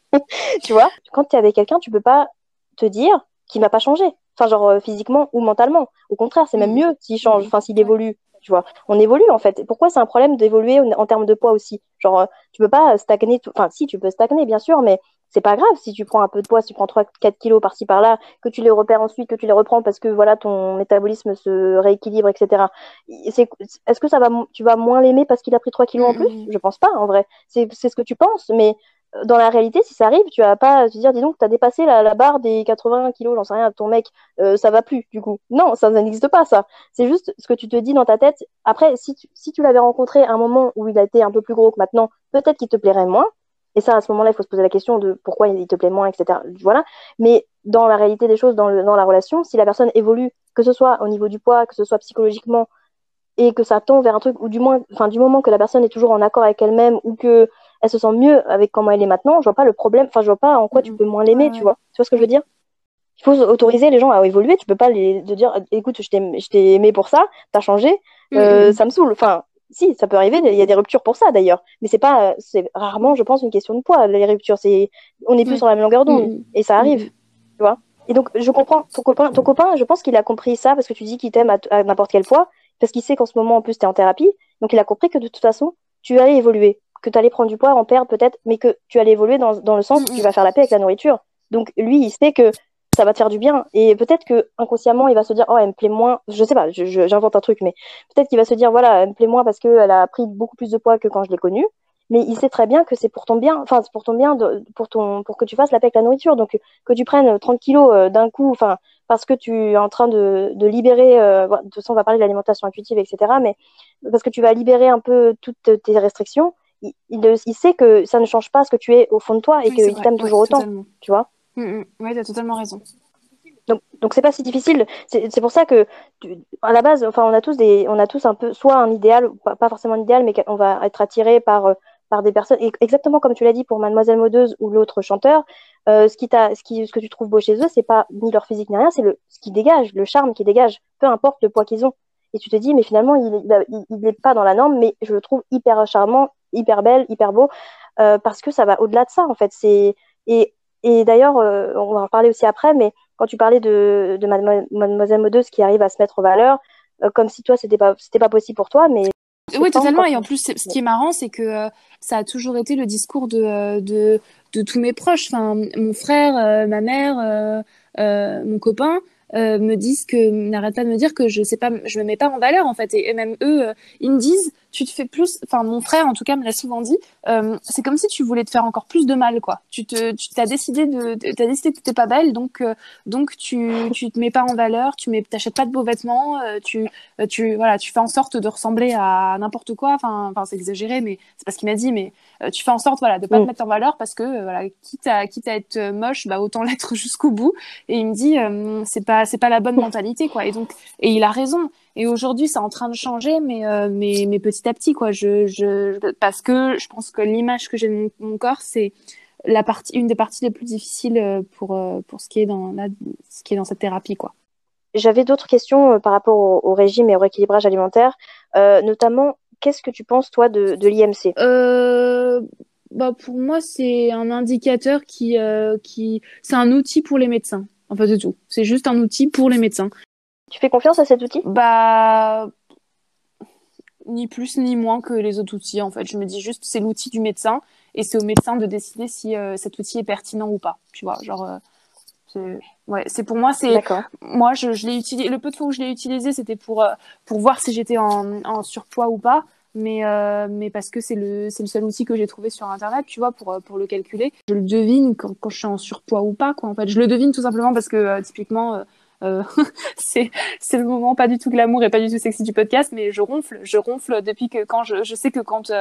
Tu vois, quand tu es avec quelqu'un, tu peux pas te dire qu'il va pas changer. Enfin, genre physiquement ou mentalement. Au contraire, c'est même mieux s'il change, enfin, s'il Ouais. évolue. Tu vois, on évolue en fait. Et pourquoi c'est un problème d'évoluer en termes de poids aussi? Genre, tu peux pas stagner, enfin, si, tu peux stagner, bien sûr, mais c'est pas grave si tu prends un peu de poids, si tu prends 3 4 kilos par-ci par-là, que tu les repères ensuite, que tu les reprends parce que voilà, ton métabolisme se rééquilibre, etc. Est-ce que tu vas moins l'aimer parce qu'il a pris 3 kilos en plus? Je pense pas, en vrai. C'est ce que tu penses, mais dans la réalité, si ça arrive, tu vas pas te dire, dis donc, t'as dépassé la barre des 80 kilos, j'en sais rien, ton mec, ça va plus, du coup. Non, ça n'existe pas, ça. C'est juste ce que tu te dis dans ta tête. Après, si tu l'avais rencontré à un moment où il a été un peu plus gros que maintenant, peut-être qu'il te plairait moins. Et ça, à ce moment-là, il faut se poser la question de pourquoi il te plaît moins, etc. Voilà. Mais dans la réalité des choses, dans la relation, si la personne évolue, que ce soit au niveau du poids, que ce soit psychologiquement, et que ça tend vers un truc, ou du moins, enfin, du moment que la personne est toujours en accord avec elle-même, ou que elle se sent mieux avec comment elle est maintenant, je vois pas le problème, enfin, je vois pas en quoi tu peux moins l'aimer, Ouais. tu vois. Tu vois ce que je veux dire? Il faut autoriser les gens à évoluer, tu peux pas de dire, écoute, je t'ai aimé pour ça, t'as changé, ça me saoule. Enfin, si, ça peut arriver, il y a des ruptures pour ça d'ailleurs, mais c'est rarement, je pense, une question de poids, les ruptures, on est plus sur la même longueur d'onde, et ça arrive, tu vois. Et donc, je comprends ton copain, je pense qu'il a compris ça parce que tu dis qu'il t'aime à n'importe quel poids, parce qu'il sait qu'en ce moment, en plus, tu es en thérapie. Donc, il a compris que de toute façon, tu allais évoluer, que tu allais prendre du poids, en perdre peut-être, mais que tu allais évoluer dans le sens où tu vas faire la paix avec la nourriture. Donc, lui, il sait que ça va te faire du bien. Et peut-être que inconsciemment, il va se dire, oh, elle me plaît moins. Je sais pas, j'invente un truc, mais peut-être qu'il va se dire, voilà, elle me plaît moins parce qu'elle a pris beaucoup plus de poids que quand je l'ai connue. Mais il sait très bien que c'est pour ton bien, enfin, c'est pour ton bien, pour que tu fasses la paix avec la nourriture. Donc, que tu prennes 30 kilos d'un coup, enfin, parce que tu es en train de libérer, de toute façon, on va parler de l'alimentation intuitive, etc., mais parce que tu vas libérer un peu toutes tes restrictions, il sait que ça ne change pas ce que tu es au fond de toi et Oui, c'est qu'il vrai. t'aime Ouais, toujours autant, totalement. tu vois. Oui, t'as totalement raison. Donc c'est pas si difficile. C'est pour ça que à la base, enfin on a tous un peu soit un idéal, pas forcément un idéal, mais on va être attiré par des personnes. Et exactement comme tu l'as dit pour Mademoiselle Modeuse ou l'autre chanteur, ce que tu trouves beau chez eux, c'est pas ni leur physique ni rien, c'est ce qui dégage, le charme qui dégage, peu importe le poids qu'ils ont. Et tu te dis, mais finalement il est pas dans la norme, mais je le trouve hyper charmant, hyper belle, hyper beau, parce que ça va au-delà de ça en fait. Et et d'ailleurs, on va en parler aussi après, mais quand tu parlais de Mademoiselle Modeuse qui arrive à se mettre en valeur, comme si toi, c'était pas possible pour toi, mais Oui, pas totalement. encore. Et en plus, ce qui est marrant, c'est que ça a toujours été le discours de tous mes proches. Enfin, mon frère, ma mère, mon copain me disent n'arrêtent pas de me dire que je sais pas, je me mets pas en valeur en fait. Et même eux, ils me disent tu te fais plus, enfin mon frère en tout cas me l'a souvent dit, c'est comme si tu voulais te faire encore plus de mal, quoi. T'as décidé que t'étais pas belle, donc tu te mets pas en valeur, t'achètes pas de beaux vêtements, voilà, tu fais en sorte de ressembler à n'importe quoi, enfin c'est exagéré, mais c'est pas ce qu'il m'a dit, mais tu fais en sorte, voilà, de pas te mettre en valeur parce que voilà, quitte à être moche, bah autant l'être jusqu'au bout. Et il me dit c'est pas la bonne mentalité, quoi. Et il a raison. Et aujourd'hui, c'est en train de changer, mais petit à petit, quoi. Parce que je pense que l'image que j'ai de mon corps, c'est une des parties les plus difficiles pour ce qui est ce qui est dans cette thérapie, quoi. J'avais d'autres questions par rapport au régime et au rééquilibrage alimentaire, notamment, qu'est-ce que tu penses, toi, de l'IMC? Bah pour moi, c'est un indicateur c'est un outil pour les médecins. En fait, c'est tout. C'est juste un outil pour les médecins. Tu fais confiance à cet outil? Bah, ni plus ni moins que les autres outils, en fait. Je me dis juste, c'est l'outil du médecin et c'est au médecin de décider si cet outil est pertinent ou pas. Tu vois, genre, c'est pour moi, D'accord. moi, je l'ai utilisé, le peu de fois où je l'ai utilisé, c'était pour voir si j'étais en surpoids ou pas. Mais parce que c'est le seul outil que j'ai trouvé sur Internet, tu vois, pour le calculer. Je le devine quand je suis en surpoids ou pas, quoi. En fait, je le devine tout simplement parce que typiquement, euh, c'est le moment pas du tout glamour et pas du tout sexy du podcast, mais je ronfle depuis que je sais que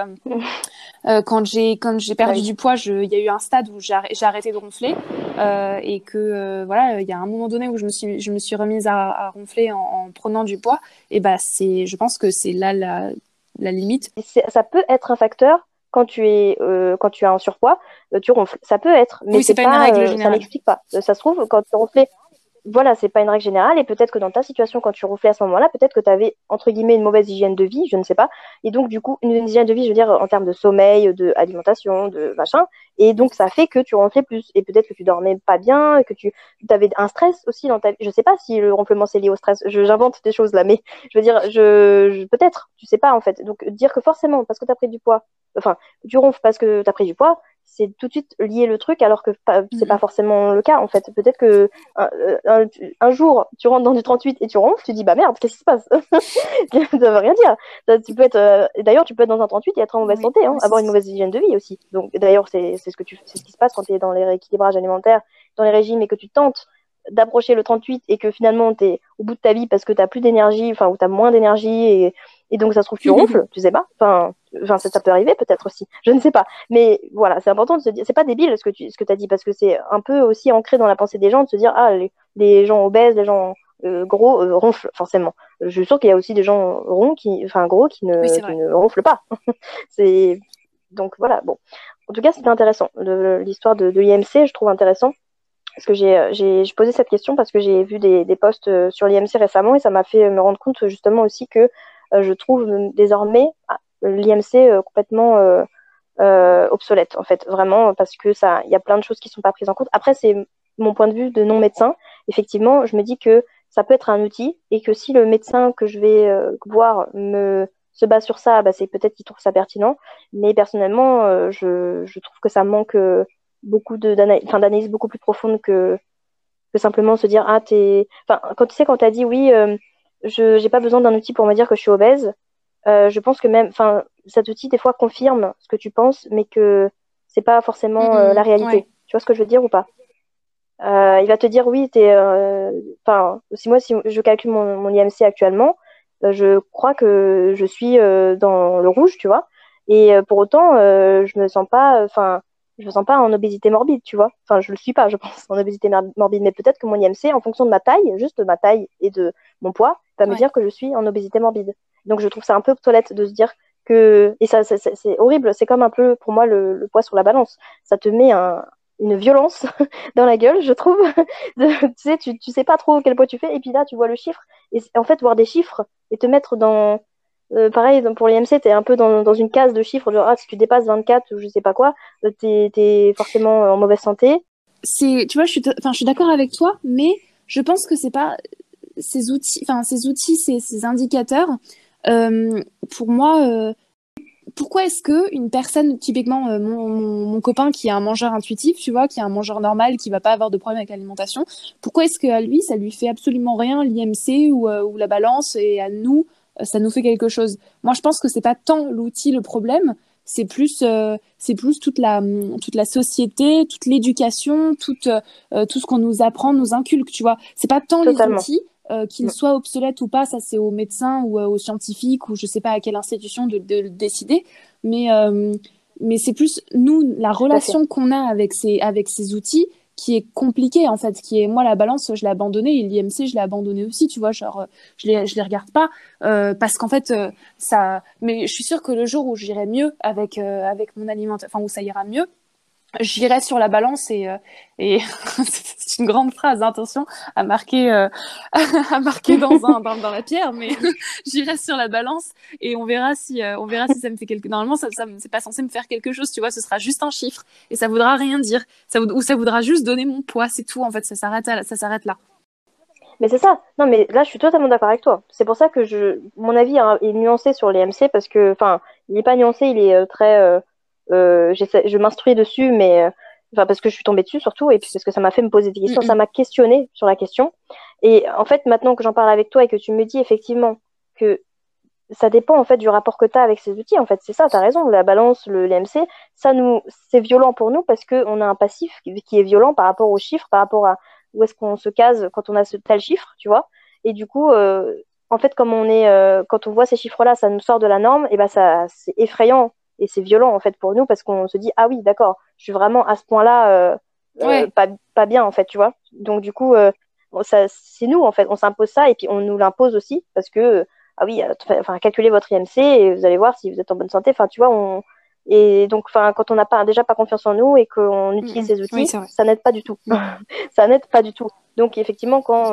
quand j'ai perdu du poids, il y a eu un stade où j'ai arrêté de ronfler et que voilà, il y a un moment donné où je me suis remise à ronfler en prenant du poids. Et bah je pense que c'est là la limite. Ça peut être un facteur quand quand tu as un surpoids, tu ronfles. Ça peut être, mais Oui, c'est pas une règle générale. ça n'explique pas. Ça se trouve, quand tu ronflais, voilà, c'est pas une règle générale, et peut-être que dans ta situation, quand tu ronflais à ce moment-là, peut-être que tu avais, entre guillemets, une mauvaise hygiène de vie, je ne sais pas. Et donc, du coup, une hygiène de vie, je veux dire, en termes de sommeil, de alimentation, de machin. Et donc, ça fait que tu ronflais plus. Et peut-être que tu dormais pas bien, que tu avais un stress aussi dans ta vie. Je sais pas si le ronflement, c'est lié au stress. J'invente des choses là, mais je veux dire, peut-être, tu sais pas, en fait. Donc, dire que forcément, parce que tu as pris du poids, enfin, tu ronfles parce que tu as pris du poids, c'est tout de suite lier le truc, alors que c'est pas forcément le cas, en fait. Peut-être que un jour, tu rentres dans du 38 et tu ronfles, tu dis, bah merde, qu'est-ce qui se passe? Ça veut rien dire. Tu peux être, d'ailleurs, tu peux être dans un 38 et être en mauvaise santé, hein, avoir une mauvaise hygiène de vie aussi. Donc, d'ailleurs, c'est ce qui se passe quand tu es dans les rééquilibrages alimentaires, dans les régimes, et que tu tentes d'approcher le 38 et que finalement, tu es au bout de ta vie parce que tu as plus d'énergie, enfin, ou tu as moins d'énergie, et donc ça se trouve, tu ronfles, tu sais pas. Enfin, ça peut arriver peut-être aussi, je ne sais pas. Mais voilà, c'est important de se dire, c'est pas débile ce que tu as dit, parce que c'est un peu aussi ancré dans la pensée des gens de se dire, ah, les gens obèses, les gens gros ronflent forcément. Je suis sûre qu'il y a aussi des gens gros qui ne ronflent pas. Donc voilà, bon. En tout cas, c'était intéressant. L'histoire de l'IMC, je trouve intéressant. Parce que j'ai posé cette question parce que j'ai vu des posts sur l'IMC récemment, et ça m'a fait me rendre compte justement aussi que je trouve désormais l'IMC complètement obsolète, en fait, vraiment, parce que il y a plein de choses qui sont pas prises en compte. Après, c'est mon point de vue de non-médecin. Effectivement, je me dis que ça peut être un outil, et que si le médecin que je vais voir se base sur ça, bah, c'est peut-être qu'il trouve ça pertinent. Mais personnellement, je trouve que ça manque beaucoup d'analyse beaucoup plus profonde que simplement se dire, ah, enfin, quand tu as dit oui, je j'ai pas besoin d'un outil pour me dire que je suis obèse. Je pense que même, enfin, cet outil des fois confirme ce que tu penses, mais que c'est pas forcément la réalité. Ouais. Tu vois ce que je veux dire ou pas? Il va te dire oui, enfin, si je calcule mon IMC actuellement, je crois que je suis dans le rouge, tu vois. Et pour autant, je me sens pas en obésité morbide, tu vois. Enfin, je le suis pas, je pense, en obésité morbide. Mais peut-être que mon IMC, en fonction de ma taille, juste de ma taille et de mon poids, va me dire que je suis en obésité morbide. Donc, je trouve ça un peu obsolète de se dire et ça, c'est horrible. C'est comme un peu, pour moi, le poids sur la balance. Ça te met une violence dans la gueule, je trouve. Tu sais pas trop quel poids tu fais, et puis là, tu vois le chiffre. Et en fait, voir des chiffres et te mettre dans. Pareil, pour l'IMC, t'es un peu dans une case de chiffres, genre, ah, si tu dépasses 24 ou je sais pas quoi, t'es forcément en mauvaise santé. Tu vois, je suis d'accord avec toi, mais je pense que c'est pas ces outils, ces indicateurs. Pour moi, pourquoi est-ce que une personne, typiquement mon copain qui est un mangeur intuitif, tu vois, qui est un mangeur normal, qui va pas avoir de problème avec l'alimentation, pourquoi est-ce qu'à lui, ça lui fait absolument rien l'IMC ou la balance, et à nous, ça nous fait quelque chose. Moi, je pense que c'est pas tant l'outil le problème, c'est plus toute la société, toute l'éducation, tout ce qu'on nous apprend, nous inculque, tu vois. C'est pas tant les Totalement. outils, qu'ils soient obsolètes ou pas, ça c'est aux médecins ou aux scientifiques ou je sais pas à quelle institution de le décider, mais, euh, mais c'est plus nous, la Tout à fait. relation qu'on a avec ces outils qui est compliquée en fait, qui est, moi la balance je l'ai abandonnée et l'IMC je l'ai abandonné aussi, tu vois, genre je les regarde pas parce qu'en fait ça, mais je suis sûre que le jour où j'irai mieux avec mon alimentation, enfin où ça ira mieux, j'irai sur la balance et c'est une grande phrase, hein, attention à marquer à marquer dans la pierre, mais j'irai sur la balance et on verra si ça me fait quelque, normalement ça c'est pas censé me faire quelque chose, tu vois, ce sera juste un chiffre et ça voudra rien dire, ou ça voudra juste donner mon poids, c'est tout en fait, ça s'arrête là. Mais c'est ça. Non, mais là, je suis totalement d'accord avec toi. C'est pour ça que mon avis hein, est nuancé sur les MC parce que, enfin, il n'est pas nuancé, il est très. Je m'instruis dessus, mais enfin parce que je suis tombée dessus surtout et puis parce que ça m'a fait me poser des questions, ça m'a questionné sur la question. Et en fait, maintenant que j'en parle avec toi et que tu me dis effectivement que ça dépend en fait du rapport que tu as avec ces outils. En fait, c'est ça, tu as raison. La balance, l'EMC, c'est violent pour nous parce qu'on a un passif qui est violent par rapport aux chiffres, par rapport à où est-ce qu'on se case quand on a ce tel chiffre, tu vois. Et du coup, en fait, quand on voit ces chiffres-là, ça nous sort de la norme, et ben ça, c'est effrayant et c'est violent en fait pour nous parce qu'on se dit ah oui, d'accord, je suis vraiment à ce point-là Ouais. pas bien en fait, tu vois. Donc du coup, ça, c'est nous en fait, on s'impose ça et puis on nous l'impose aussi parce que ah oui, enfin, calculez votre IMC et vous allez voir si vous êtes en bonne santé. Enfin, tu vois, et donc, enfin, quand on n'a pas, déjà pas confiance en nous et qu'on utilise ces Oui, outils, c'est vrai. ça n'aide pas du tout. Ça n'aide pas du tout. Donc, effectivement, quand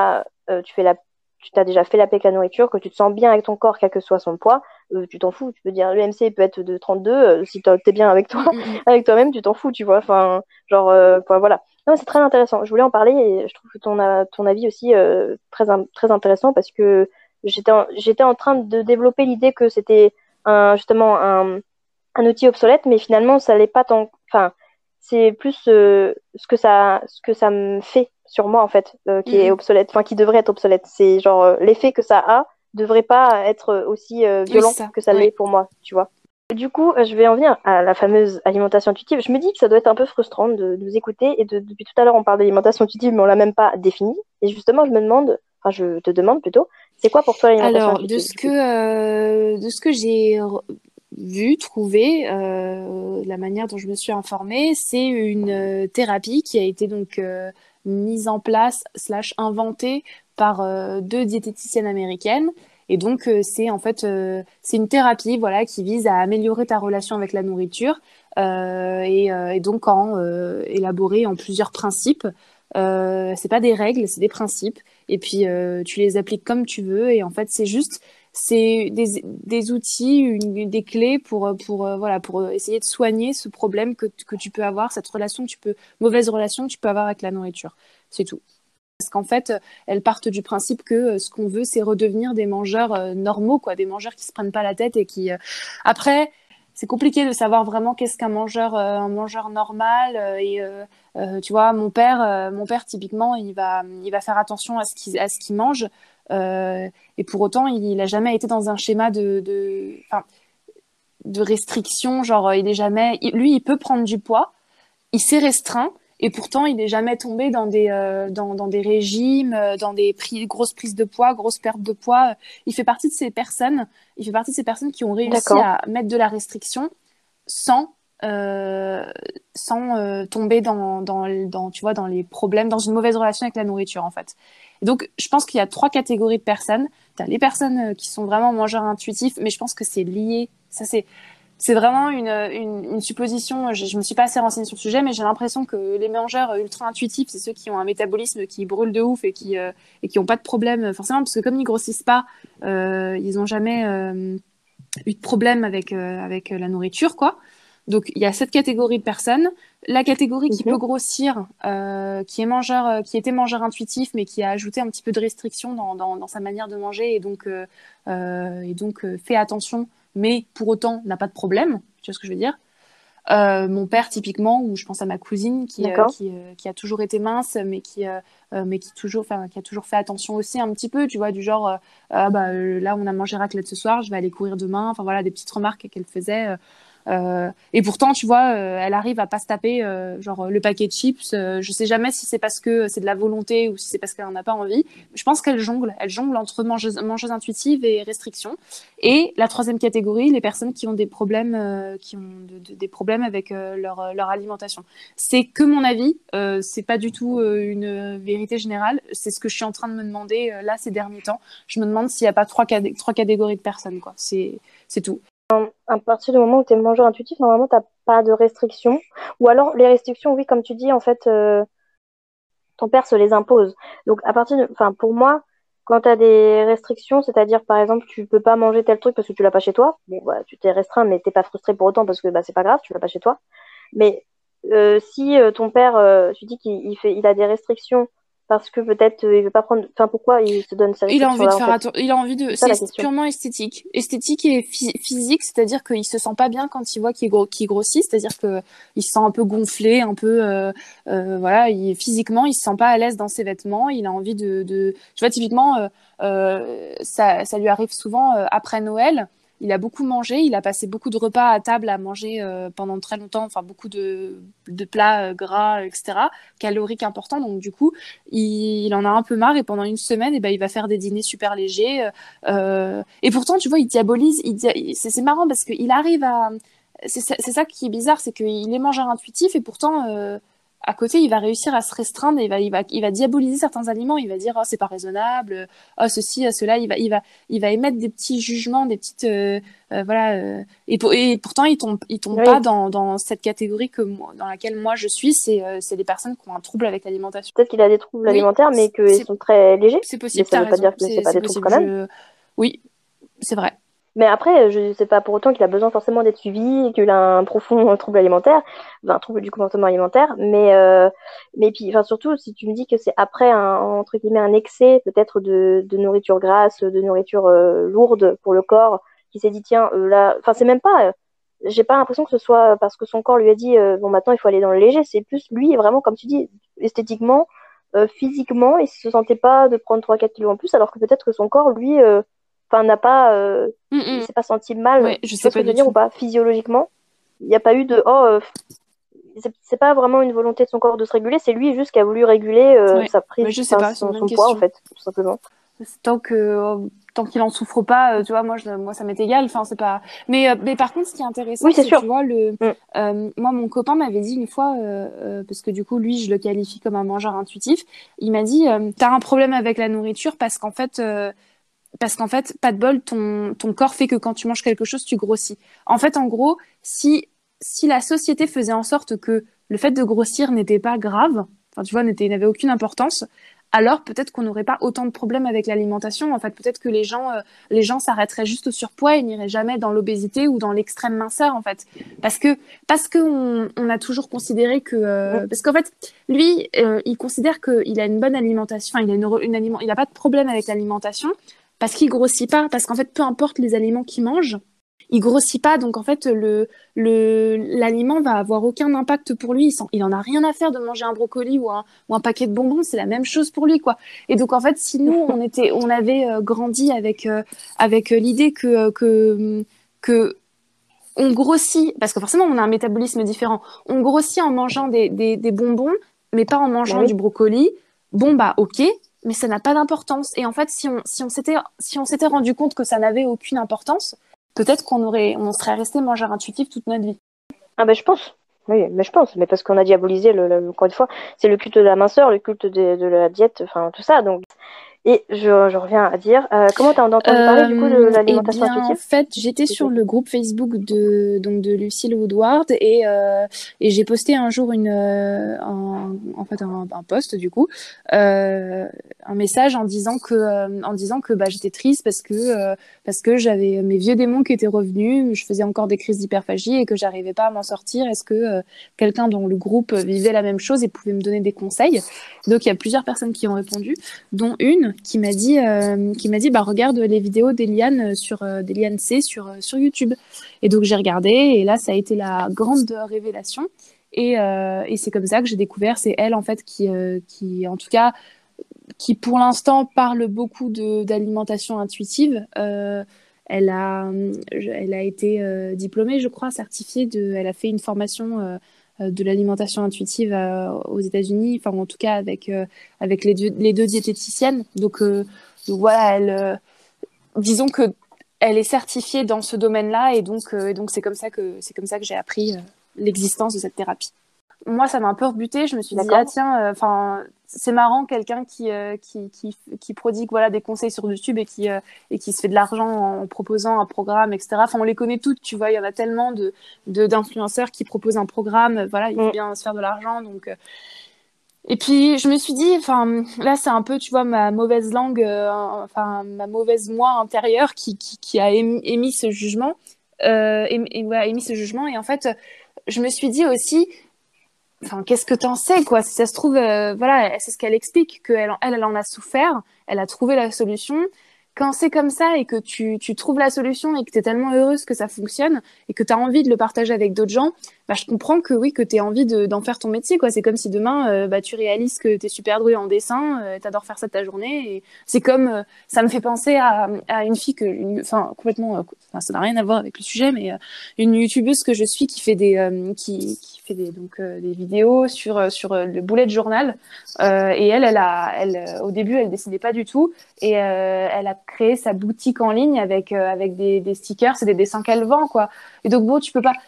tu t'as déjà fait la paix avec la nourriture, que tu te sens bien avec ton corps, quel que soit son poids, tu t'en fous. Tu peux dire, l'EMC peut être de 32, si t'es bien avec toi, avec toi-même, tu t'en fous, tu vois. Enfin, genre, enfin, voilà. Non, c'est très intéressant. Je voulais en parler et je trouve que ton avis aussi très intéressant parce que j'étais en train de développer l'idée que c'était justement un outil obsolète, mais finalement, ça l'est pas tant. Enfin, c'est plus ce que ça me fait sur moi, en fait, qui est obsolète, enfin, qui devrait être obsolète. C'est genre l'effet que ça a devrait pas être aussi Oui, c'est violent ça. que ça l'est Ouais. pour moi, tu vois. Du coup, je vais en venir à la fameuse alimentation intuitive. Je me dis que ça doit être un peu frustrant de nous écouter et depuis tout à l'heure, on parle d'alimentation intuitive, mais on l'a même pas définie. Et justement, je te demande plutôt, c'est quoi pour toi l'alimentation Alors, de intuitive, ce du que, coup? j'ai vu, trouvé, la manière dont je me suis informée, c'est une thérapie qui a été donc mise en place slash inventée par deux diététiciennes américaines. Et donc, c'est en fait c'est une thérapie voilà, qui vise à améliorer ta relation avec la nourriture et donc élaborée en plusieurs principes. C'est pas des règles, c'est des principes. Et puis, tu les appliques comme tu veux. Et en fait, c'est des outils, des clés voilà, pour essayer de soigner ce problème que tu peux avoir, cette mauvaise relation que tu peux avoir avec la nourriture. C'est tout. Parce qu'en fait, elles partent du principe que ce qu'on veut, c'est redevenir des mangeurs normaux, quoi, des mangeurs qui se prennent pas la tête et qui. Après, c'est compliqué de savoir vraiment qu'est-ce qu'un un mangeur normal. Tu vois, mon père typiquement, il va faire attention à ce qu'il mange. Et pour autant, il a jamais été dans un schéma enfin, de restriction. Genre, lui, il peut prendre du poids, il s'est restreint et pourtant il n'est jamais tombé dans des régimes, dans grosses prises de poids, grosses pertes de poids. Il fait partie de ces personnes, qui ont réussi D'accord. à mettre de la restriction sans tomber tu vois, dans les problèmes, dans une mauvaise relation avec la nourriture en fait. Et donc je pense qu'il y a trois catégories de personnes. Tu as les personnes qui sont vraiment mangeurs intuitifs, mais je pense que c'est lié. Ça c'est vraiment une supposition. Je me suis pas assez renseignée sur le sujet, mais j'ai l'impression que les mangeurs ultra intuitifs, c'est ceux qui ont un métabolisme qui brûle de ouf et qui ont pas de problème forcément, parce que comme ils grossissent pas, ils ont jamais eu de problème avec la nourriture, quoi. Donc il y a cette catégorie de personnes. La catégorie qui peut Mhm. grossir, qui était mangeur intuitif, mais qui a ajouté un petit peu de restriction dans sa manière de manger et donc fait attention, mais pour autant n'a pas de problème. Tu vois ce que je veux dire? Mon père typiquement, ou je pense à ma cousine qui a toujours été mince, mais qui a toujours fait attention aussi un petit peu, tu vois, du genre là on a mangé raclette ce soir, je vais aller courir demain. Enfin voilà, des petites remarques qu'elle faisait. Et pourtant, tu vois, elle arrive à pas se taper genre le paquet de chips. Je sais jamais si c'est parce que c'est de la volonté ou si c'est parce qu'elle en a pas envie. Je pense qu'elle jongle. Elle jongle entre mangeuse intuitive et restriction. Et la troisième catégorie, les personnes qui ont des problèmes, qui ont des problèmes avec leur alimentation. C'est que mon avis. C'est pas du tout une vérité générale. C'est ce que je suis en train de me demander là ces derniers temps. Je me demande s'il y a pas trois catégories de personnes, quoi. C'est tout. À partir du moment où tu es mangeur intuitif, normalement, tu n'as pas de restrictions. Ou alors, les restrictions, oui, comme tu dis, en fait, ton père se les impose. Donc, enfin, pour moi, quand tu as des restrictions, c'est-à-dire, par exemple, tu peux pas manger tel truc parce que tu l'as pas chez toi, bon, bah, tu t'es restreint, mais t'es pas frustré pour autant parce que bah, c'est pas grave, tu l'as pas chez toi. Mais si ton père, tu dis il a des restrictions parce que peut-être il veut pas prendre. Enfin, pourquoi il se donne ces Il a envie de restrictions-là, en faire fait? il a envie de, C'est ça la c'est question. purement esthétique. Esthétique et physique, c'est-à-dire qu'il se sent pas bien quand il voit qu'il grossit, c'est-à-dire que il se sent un peu gonflé, un peu, voilà, physiquement, il se sent pas à l'aise dans ses vêtements, il a envie tu vois, typiquement, ça lui arrive souvent après Noël. Il a beaucoup mangé, il a passé beaucoup de repas à table à manger pendant très longtemps, enfin beaucoup de plats gras, etc., caloriques importants. Donc du coup, il en a un peu marre et pendant une semaine, il va faire des dîners super légers. Et pourtant, tu vois, il diabolise. C'est marrant parce qu'il arrive à. C'est ça qui est bizarre, c'est qu'il est mangeur intuitif et pourtant, à côté, il va réussir à se restreindre et il va diaboliser certains aliments. Il va dire, oh, c'est pas raisonnable, oh, ceci, cela. Il va émettre des petits jugements, des petites. Voilà. Et pourtant, il tombe Oui. pas dans cette catégorie dans laquelle moi je suis. C'est des personnes qui ont un trouble avec l'alimentation. Peut-être qu'il a des troubles alimentaires, mais qu'ils sont très légers. C'est possible, Mais ça t'as veut pas raison. dire que c'est pas des troubles quand même. Oui, c'est vrai. Mais après, je sais pas pour autant qu'il a besoin forcément d'être suivi, qu'il a un profond trouble alimentaire, enfin, un trouble du comportement alimentaire. Mais puis, enfin, surtout, si tu me dis que c'est après entre guillemets, un excès peut-être de nourriture grasse, de nourriture lourde pour le corps, qui s'est dit, tiens, là, enfin, c'est même pas, j'ai pas l'impression que ce soit parce que son corps lui a dit, bon, maintenant, il faut aller dans le léger. C'est plus lui, vraiment, comme tu dis, esthétiquement, physiquement, il se sentait pas de prendre 3-4 kilos en plus, alors que peut-être que son corps, lui, enfin, n'a pas, il s'est pas senti mal. Ouais, je Tu sais vois ce pas que je veux du dire ou tout. pas? Physiologiquement, il n'y a pas eu de c'est pas vraiment une volonté de son corps de se réguler, c'est lui juste qui a voulu réguler Ouais. sa prise, Mais je sais enfin, pas, c'est une bonne son poids en question. fait, tout simplement. Tant qu'il en souffre pas, tu vois, moi ça m'est égal. Enfin, c'est pas. Mais par contre, ce qui est intéressant, Oui, c'est c'est tu sûr. vois Mm. moi mon copain m'avait dit une fois parce que du coup lui je le qualifie comme un mangeur intuitif. Il m'a dit t'as un problème avec la nourriture parce qu'en fait, pas de bol, ton corps fait que quand tu manges quelque chose, tu grossis. En fait, en gros, si la société faisait en sorte que le fait de grossir n'était pas grave, enfin, tu vois, n'avait aucune importance, alors peut-être qu'on n'aurait pas autant de problèmes avec l'alimentation. En fait, peut-être que les gens s'arrêteraient juste au surpoids et n'iraient jamais dans l'obésité ou dans l'extrême minceur, en fait. Parce que on a toujours considéré que, Mm. parce qu'en fait, lui, il considère qu'il a une bonne alimentation, enfin, il a pas de problème avec l'alimentation parce qu'il grossit pas, parce qu'en fait, peu importe les aliments qu'il mange, il grossit pas, donc en fait, l'aliment va avoir aucun impact pour lui. Il en a rien à faire de manger un brocoli ou un paquet de bonbons, c'est la même chose pour lui, quoi. Et donc en fait, si nous, on avait grandi avec l'idée que on grossit, parce que forcément, on a un métabolisme différent. On grossit en mangeant des bonbons, mais pas en Bah mangeant oui. du brocoli. Bon, bah, ok, mais ça n'a pas d'importance. Et en fait, si on s'était rendu compte que ça n'avait aucune importance, peut-être on serait resté mangeur intuitif toute notre vie. Ah ben je pense. Oui, mais je pense, mais parce qu'on a diabolisé encore une fois, c'est le culte de la minceur, le culte de la diète, enfin tout ça. Donc, et je reviens à dire, comment t'as entendu parler du coup de Eh l'alimentation bien, en intuitive? fait, j'étais sur le groupe Facebook de Lucille Woodward et j'ai posté un jour un post du coup, un message en disant que bah, j'étais triste parce que j'avais mes vieux démons qui étaient revenus, je faisais encore des crises d'hyperphagie et que j'arrivais pas à m'en sortir. Est-ce que quelqu'un dans le groupe vivait la même chose et pouvait me donner des conseils? Donc il y a plusieurs personnes qui ont répondu, dont une qui m'a dit bah regarde les vidéos d'Eliane d'Eliane C sur YouTube. Et donc j'ai regardé et là ça a été la grande révélation. Et c'est comme ça que j'ai découvert, c'est elle en fait qui en tout cas qui pour l'instant parle beaucoup d'alimentation intuitive. Elle a été diplômée, je crois, certifiée elle a fait une formation de l'alimentation intuitive aux États-Unis, enfin en tout cas avec les deux diététiciennes. Donc voilà, disons que elle est certifiée dans ce domaine-là, et donc c'est comme ça que j'ai appris l'existence de cette thérapie. Moi, ça m'a un peu rebuté. Je me suis dit, ah tiens, c'est marrant, quelqu'un qui prodigue voilà, des conseils sur YouTube et qui se fait de l'argent en proposant un programme, etc. Enfin, on les connaît toutes, tu vois, il y en a tellement d'influenceurs qui proposent un programme, voilà, il faut bien se faire de l'argent. Donc, Et puis, je me suis dit, enfin, là, c'est un peu, tu vois, ma mauvaise langue, ma mauvaise moi intérieure qui a émis ce jugement. Voilà, émis ce jugement. Et en fait, je me suis dit aussi, enfin, qu'est-ce que t'en sais, quoi? Si ça se trouve, voilà, c'est ce qu'elle explique, qu'elle elle en a souffert, elle a trouvé la solution. Quand c'est comme ça et que tu trouves la solution et que t'es tellement heureuse que ça fonctionne et que t'as envie de le partager avec d'autres gens, bah, je comprends que oui, que t'aies envie d'en faire ton métier, quoi. C'est comme si demain, bah, tu réalises que t'es super douée en dessin, t'adores faire ça de ta journée. Et c'est comme, ça me fait penser à une fille enfin, complètement, ça n'a rien à voir avec le sujet, mais une youtubeuse que je suis qui fait qui fait des vidéos sur le bullet journal. Et elle, au début, elle dessinait pas du tout. Et elle a créé sa boutique en ligne avec des stickers et des dessins qu'elle vend, quoi. Et donc bon,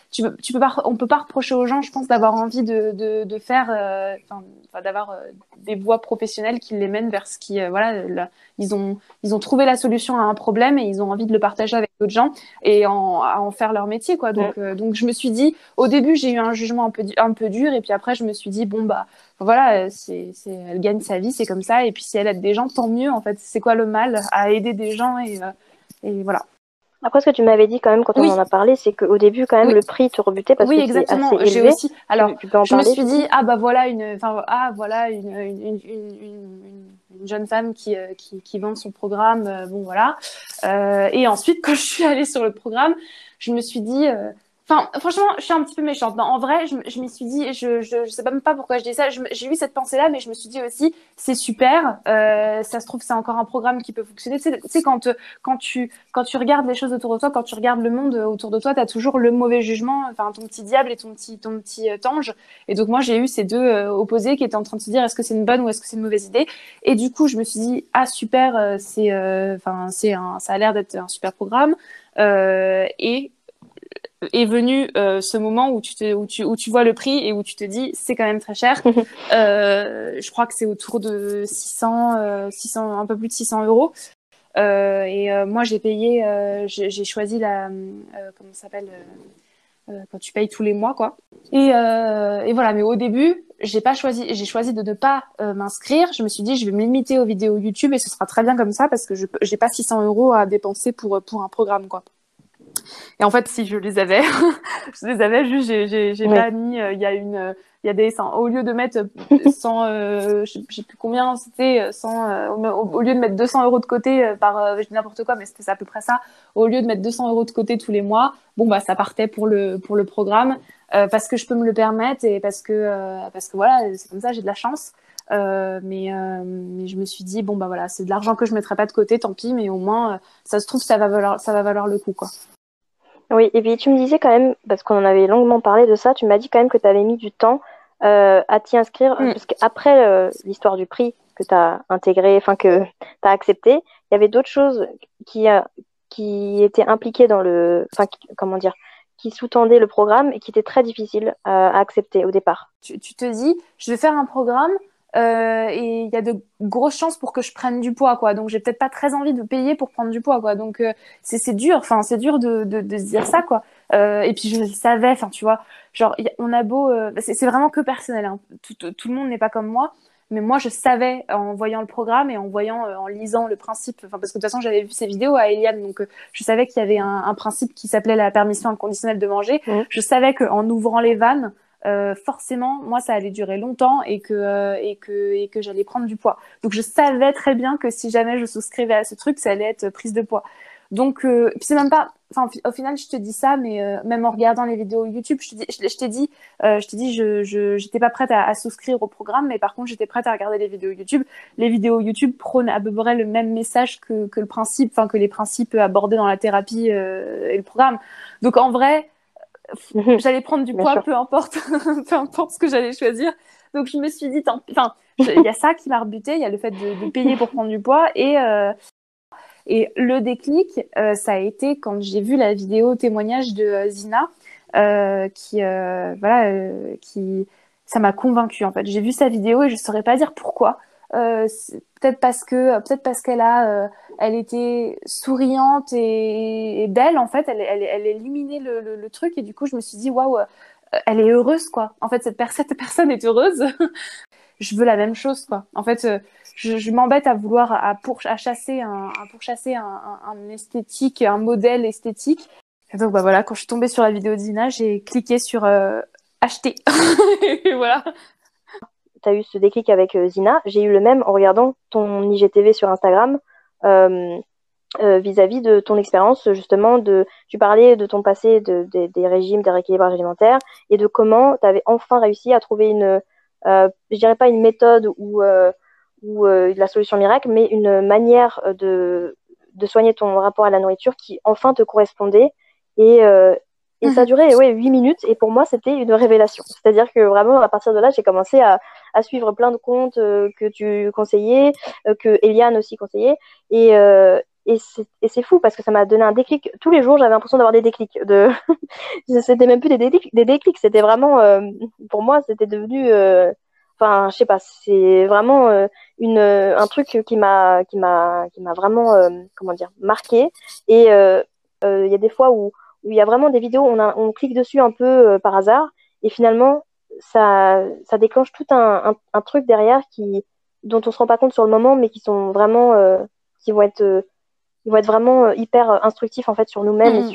on peut pas reprocher aux gens, je pense, d'avoir envie de faire, d'avoir des voies professionnelles qui les mènent vers ce qui, voilà, ils ont trouvé la solution à un problème et ils ont envie de le partager avec d'autres gens et à en faire leur métier, quoi. Donc je me suis dit, au début, j'ai eu un jugement un peu dur, et puis après, je me suis dit, bon bah voilà, elle gagne sa vie, c'est comme ça. Et puis si elle aide des gens, tant mieux, en fait. C'est quoi le mal à aider des gens, et voilà. Après, ce que tu m'avais dit quand même quand on en a parlé, c'est qu'au début, quand même, le prix te rebutait parce que c'est assez élevé. J'ai aussi. Alors, tu peux en je me parler, suis dit, ah bah voilà une jeune femme qui vend son programme. Bon voilà. Et ensuite, quand je suis allée sur le programme, je me suis dit. Enfin, franchement, je suis un petit peu méchante. Non, en vrai, je m'y suis dit, je sais même pas pourquoi je dis ça. J'ai eu cette pensée-là, mais je me suis dit aussi, c'est super. Ça se trouve, c'est encore un programme qui peut fonctionner. Tu sais, quand tu regardes les choses autour de toi, quand tu regardes le monde autour de toi, t'as toujours le mauvais jugement, enfin, ton petit diable et ton petit ange. Et donc, moi, j'ai eu ces deux opposés qui étaient en train de se dire, est-ce que c'est une bonne ou est-ce que c'est une mauvaise idée? Et du coup, je me suis dit, ah, super, ça a l'air d'être un super programme. Et est venu ce moment où tu vois le prix et où tu te dis c'est quand même très cher. Je crois que c'est autour de 600, un peu plus de 600 euros. Moi j'ai payé, j'ai choisi comment ça s'appelle, quand tu payes tous les mois, quoi. Et voilà, mais au début j'ai choisi de ne pas m'inscrire. Je me suis dit je vais me limiter aux vidéos YouTube et ce sera très bien comme ça parce que j'ai pas 600 euros à dépenser pour un programme, quoi. Et en fait, si je les avais, je les avais juste, j'ai pas mis, il y a au lieu de mettre 100, je sais plus combien c'était, 100, au lieu de mettre 200 euros de côté je dis n'importe quoi, mais c'était à peu près ça. Au lieu de mettre 200 euros de côté tous les mois, bon, bah, ça partait pour le programme, parce que je peux me le permettre et parce que voilà, c'est comme ça, j'ai de la chance. Mais je me suis dit, bon, bah voilà, c'est de l'argent que je mettrai pas de côté, tant pis, mais au moins, ça se trouve, ça va valoir le coup, quoi. Oui, et puis tu me disais quand même, parce qu'on en avait longuement parlé de ça, tu m'as dit quand même que tu avais mis du temps à t'y inscrire, parce qu'après l'histoire du prix que tu as intégré, enfin que tu as accepté, il y avait d'autres choses qui étaient impliquées dans comment dire, qui sous-tendaient le programme et qui étaient très difficiles à accepter au départ. Tu te dis, je vais faire un programme, et il y a de grosses chances pour que je prenne du poids, quoi. Donc j'ai peut-être pas très envie de payer pour prendre du poids, quoi. Donc c'est dur, enfin c'est dur de se dire ça, quoi. Et puis je savais, enfin tu vois, genre on a beau, c'est vraiment que personnel, hein. Tout le monde n'est pas comme moi, mais moi je savais en voyant le programme et en lisant le principe, enfin parce que de toute façon j'avais vu ces vidéos à Eliane, donc je savais qu'il y avait un principe qui s'appelait la permission inconditionnelle de manger. Je savais qu'en ouvrant les vannes, forcément, moi, ça allait durer longtemps et que j'allais prendre du poids. Donc, je savais très bien que si jamais je souscrivais à ce truc, ça allait être prise de poids. Donc, puis c'est même pas, enfin, au final, je te dis ça, mais même en regardant les vidéos YouTube, je t'ai dit, j'étais pas prête à souscrire au programme, mais par contre, j'étais prête à regarder les vidéos YouTube. Les vidéos YouTube prônent à peu près le même message que le principe, enfin, que les principes abordés dans la thérapie et le programme. Donc, en vrai, j'allais prendre du poids, peu importe, peu importe ce que j'allais choisir. Donc, je me suis dit, enfin, il y a ça qui m'a rebutée, il y a le fait de payer pour prendre du poids et le déclic, ça a été quand j'ai vu la vidéo témoignage de Zina, qui ça m'a convaincue en fait. J'ai vu sa vidéo et je saurais pas dire pourquoi. Peut-être parce elle était souriante et belle en fait. Elle éliminait le truc et du coup je me suis dit waouh, elle est heureuse quoi. En fait cette personne est heureuse. Je veux la même chose quoi. En fait je m'embête à vouloir à chasser un esthétique, un modèle esthétique. Et donc bah voilà, quand je suis tombée sur la vidéo de Zina, j'ai cliqué sur acheter. Et voilà. Tu as eu ce déclic avec Zina. J'ai eu le même en regardant ton IGTV sur Instagram vis-à-vis de ton expérience justement tu parlais de ton passé des régimes, des rééquilibrages alimentaires et de comment tu avais enfin réussi à trouver je dirais pas une méthode ou la solution miracle, mais une manière de soigner ton rapport à la nourriture qui enfin te correspondait. Et ça a duré 8 minutes et pour moi c'était une révélation. C'est-à-dire que vraiment à partir de là j'ai commencé à suivre plein de comptes que tu conseillais, que Eliane aussi conseillait et c'est fou parce que ça m'a donné un déclic. Tous les jours j'avais l'impression d'avoir des déclics. C'était même plus des déclics, c'était vraiment pour moi c'était devenu enfin je sais pas, c'est vraiment un truc qui m'a vraiment comment dire marqué et il y a des fois où il y a vraiment des vidéos, on clique dessus un peu par hasard, et finalement, ça déclenche tout un truc derrière dont on se rend pas compte sur le moment, mais qui sont vraiment, ils vont être vraiment hyper instructifs en fait sur nous-mêmes et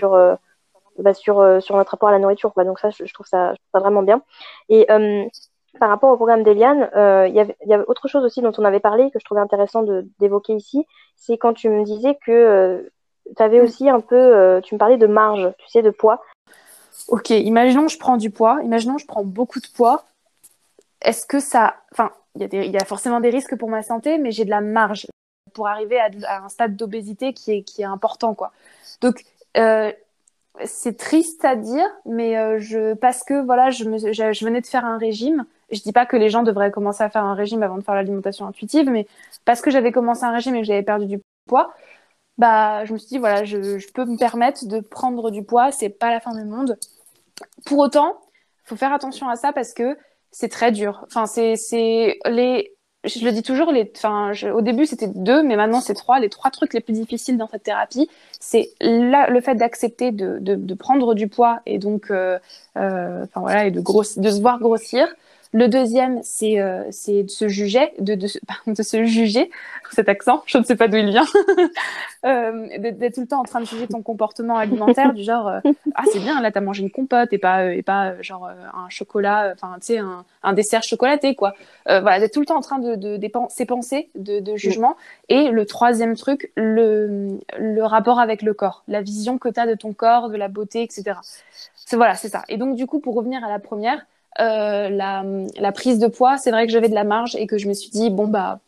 sur notre rapport à la nourriture, quoi. Donc ça, je trouve ça vraiment bien. Et par rapport au programme d'Eliane, il y avait autre chose aussi dont on avait parlé que je trouvais intéressant d'évoquer ici, c'est quand tu me disais que tu avais aussi un peu, tu me parlais de marge, tu sais, de poids. Ok, imaginons que je prends du poids, imaginons que je prends beaucoup de poids. Est-ce que ça... Enfin, il y a forcément des risques pour ma santé, mais j'ai de la marge pour arriver à un stade d'obésité qui est important, quoi. Donc, c'est triste à dire, mais parce que voilà, je venais de faire un régime. Je dis pas que les gens devraient commencer à faire un régime avant de faire l'alimentation intuitive, mais parce que j'avais commencé un régime et que j'avais perdu du poids, bah, je me suis dit, voilà, je peux me permettre de prendre du poids, c'est pas la fin du monde. Pour autant, faut faire attention à ça parce que c'est très dur. Enfin, je le dis toujours, au début c'était 2, mais maintenant c'est 3. Les 3 trucs les plus difficiles dans cette thérapie, c'est le fait d'accepter de prendre du poids et donc, enfin voilà, et de se voir grossir. Le deuxième, c'est de se juger, de se juger. Cet accent, je ne sais pas d'où il vient. D'être tout le temps en train de juger ton comportement alimentaire, du genre ah c'est bien, là t'as mangé une compote et pas genre un chocolat, enfin tu sais un dessert chocolaté quoi. Voilà, d'être tout le temps en train de ces pensées de jugement. Et le troisième truc, le rapport avec le corps, la vision que t'as de ton corps, de la beauté, etc. Voilà, c'est ça. Et donc du coup, pour revenir à la première, la prise de poids, c'est vrai que j'avais de la marge et que je me suis dit bon bah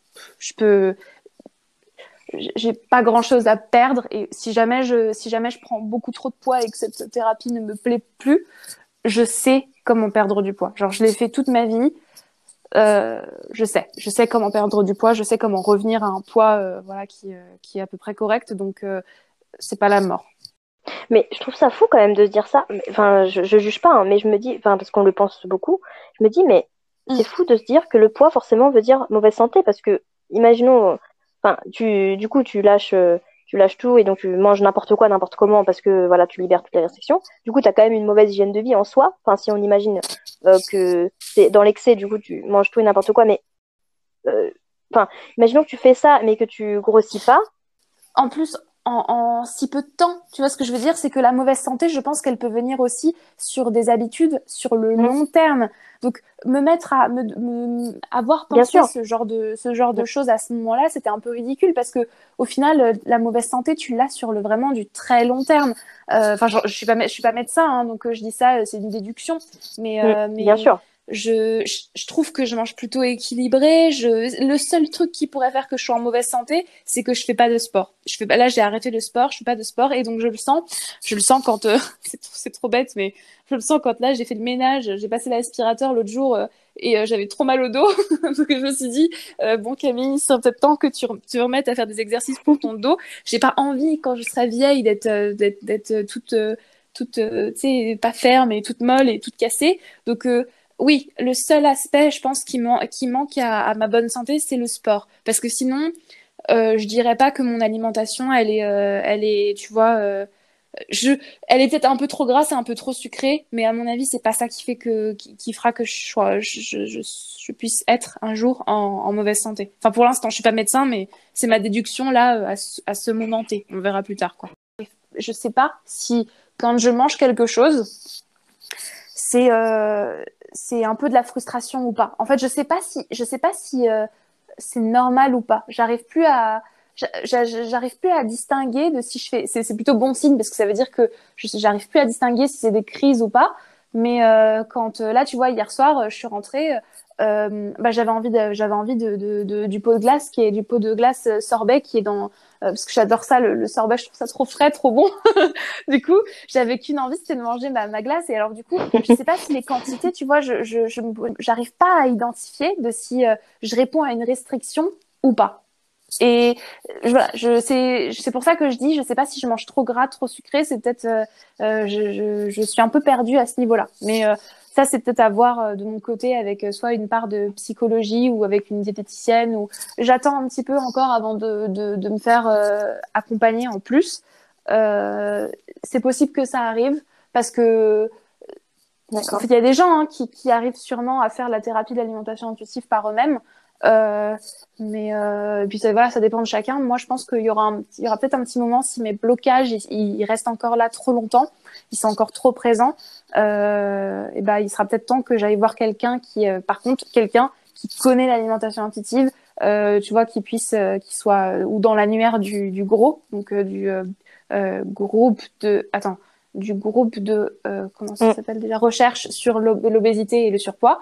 j'ai pas grand chose à perdre et si jamais je prends beaucoup trop de poids et que cette thérapie ne me plaît plus, je sais comment perdre du poids. Genre je l'ai fait toute ma vie, je sais comment perdre du poids, je sais comment revenir à un poids voilà qui est à peu près correct, donc c'est pas la mort. Mais je trouve ça fou quand même de se dire ça. Enfin, je juge pas, hein, mais je me dis, enfin, parce qu'on le pense beaucoup, je me dis, mais c'est fou de se dire que le poids forcément veut dire mauvaise santé, parce que, imaginons, enfin, du coup, tu lâches tout et donc tu manges n'importe quoi, n'importe comment, parce que voilà, tu libères toutes les restrictions. Du coup, tu as quand même une mauvaise hygiène de vie en soi. Enfin, si on imagine que c'est dans l'excès, du coup, tu manges tout et n'importe quoi, mais enfin, imaginons que tu fais ça, mais que tu grossis pas. En plus, en si peu de temps. Tu vois ce que je veux dire? C'est que la mauvaise santé, je pense qu'elle peut venir aussi sur des habitudes sur le long terme. Donc, avoir Bien pensé sûr. ce genre de choses à ce moment-là, c'était un peu ridicule parce que, au final, la mauvaise santé, tu l'as sur vraiment du très long terme. Enfin, je suis pas médecin, hein, donc je dis ça, c'est une déduction. Bien Mais sûr. je trouve que je mange plutôt équilibré. Le seul truc qui pourrait faire que je sois en mauvaise santé, c'est que je fais pas de sport. Là, j'ai arrêté le sport, je fais pas de sport et donc je le sens. Je le sens quand c'est trop bête, mais je le sens quand là j'ai fait le ménage, j'ai passé l'aspirateur l'autre jour et j'avais trop mal au dos, donc je me suis dit bon Camille, c'est peut-être temps que tu remettes à faire des exercices pour ton dos. J'ai pas envie quand je serai vieille d'être toute tu sais pas ferme et toute molle et toute cassée. Donc oui, le seul aspect, je pense, qui manque à ma bonne santé, c'est le sport. Parce que sinon, je dirais pas que mon alimentation, elle est, tu vois, elle est peut-être un peu trop grasse et un peu trop sucrée, mais à mon avis, c'est pas ça qui fera que je puisse être un jour en mauvaise santé. Enfin, pour l'instant, je suis pas médecin, mais c'est ma déduction là, à ce moment T. On verra plus tard, quoi. Je sais pas si, quand je mange quelque chose, c'est c'est un peu de la frustration ou pas. En fait, je sais pas si c'est normal ou pas. J'arrive plus à distinguer de si je fais. C'est plutôt bon signe parce que ça veut dire que j'arrive plus à distinguer si c'est des crises ou pas. Mais quand là, tu vois, hier soir, je suis rentrée. Bah, j'avais envie du pot de glace qui est du pot de glace sorbet qui est dans parce que j'adore ça le sorbet, je trouve ça trop frais, trop bon. Du coup, j'avais qu'une envie, c'était de manger ma glace. Et alors, du coup, je sais pas si les quantités, tu vois, j'arrive pas à identifier de si je réponds à une restriction ou pas. Et voilà, c'est pour ça que je dis, je sais pas si je mange trop gras, trop sucré, c'est peut-être, je suis un peu perdue à ce niveau-là. Mais ça, c'est peut-être à voir de mon côté avec soit une part de psychologie ou avec une diététicienne. Ou j'attends un petit peu encore avant de me faire accompagner en plus. Euh, c'est possible que ça arrive parce que en fait, il y a des gens hein, qui arrivent sûrement à faire la thérapie de l'alimentation intuitive par eux-mêmes. Euh, et puis voilà, ça dépend de chacun. Moi, je pense il y aura peut-être un petit moment si mes blocages ils restent encore là trop longtemps, ils sont encore trop présents. Et ben, il sera peut-être temps que j'aille voir quelqu'un par contre, quelqu'un qui connaît l'alimentation intuitive, tu vois, qui soit ou dans l'annuaire du gros, donc groupe de, attends, du groupe de, comment ça s'appelle déjà, recherche sur l'obésité et le surpoids.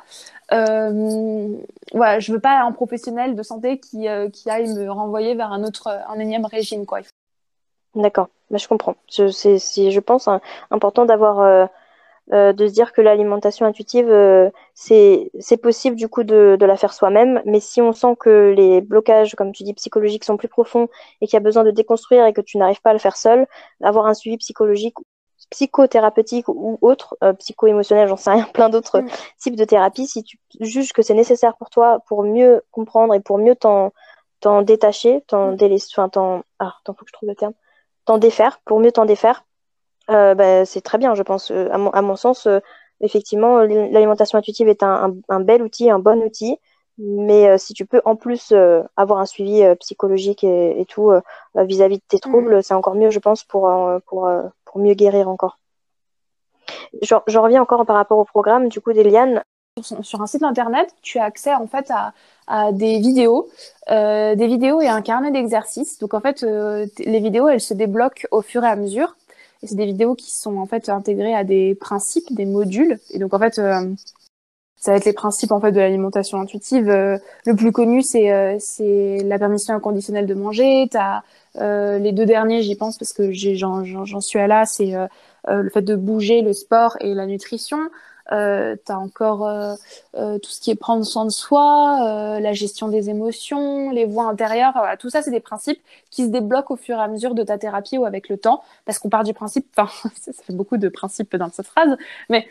Voilà, je veux pas un professionnel de santé qui aille me renvoyer vers un énième régime, quoi. D'accord, bah, je comprends. Je pense important d'avoir de se dire que l'alimentation intuitive, c'est possible du coup de la faire soi-même, mais si on sent que les blocages, comme tu dis, psychologiques sont plus profonds et qu'il y a besoin de déconstruire et que tu n'arrives pas à le faire seul, avoir un suivi psychologique, psychothérapeutique ou autre, psycho-émotionnel, j'en sais rien, plein d'autres types de thérapies, si tu juges que c'est nécessaire pour toi pour mieux comprendre et pour mieux t'en détacher, attends, faut que je trouve le terme, t'en défaire, pour mieux t'en défaire, bah, c'est très bien, je pense. À mon sens, effectivement, l'alimentation intuitive est un bel outil, un bon outil. Mais si tu peux en plus avoir un suivi psychologique et tout vis-à-vis de tes troubles, c'est encore mieux, je pense, pour mieux guérir encore. J'en reviens encore par rapport au programme du coup d'Eliane. Sur un site internet, tu as accès en fait à des vidéos et un carnet d'exercices. Donc en fait, les vidéos, elles se débloquent au fur et à mesure. Et c'est des vidéos qui sont en fait intégrées à des principes, des modules. Et donc en fait, ça va être les principes en fait de l'alimentation intuitive. Le plus connu, c'est la permission inconditionnelle de manger. T'as les deux derniers, j'y pense parce que j'en suis à là. C'est le fait de bouger, le sport et la nutrition. T'as encore tout ce qui est prendre soin de soi, la gestion des émotions, les voies intérieures. Voilà, tout ça, c'est des principes qui se débloquent au fur et à mesure de ta thérapie ou avec le temps, parce qu'on part du principe. Enfin, ça fait beaucoup de principes dans cette phrase, mais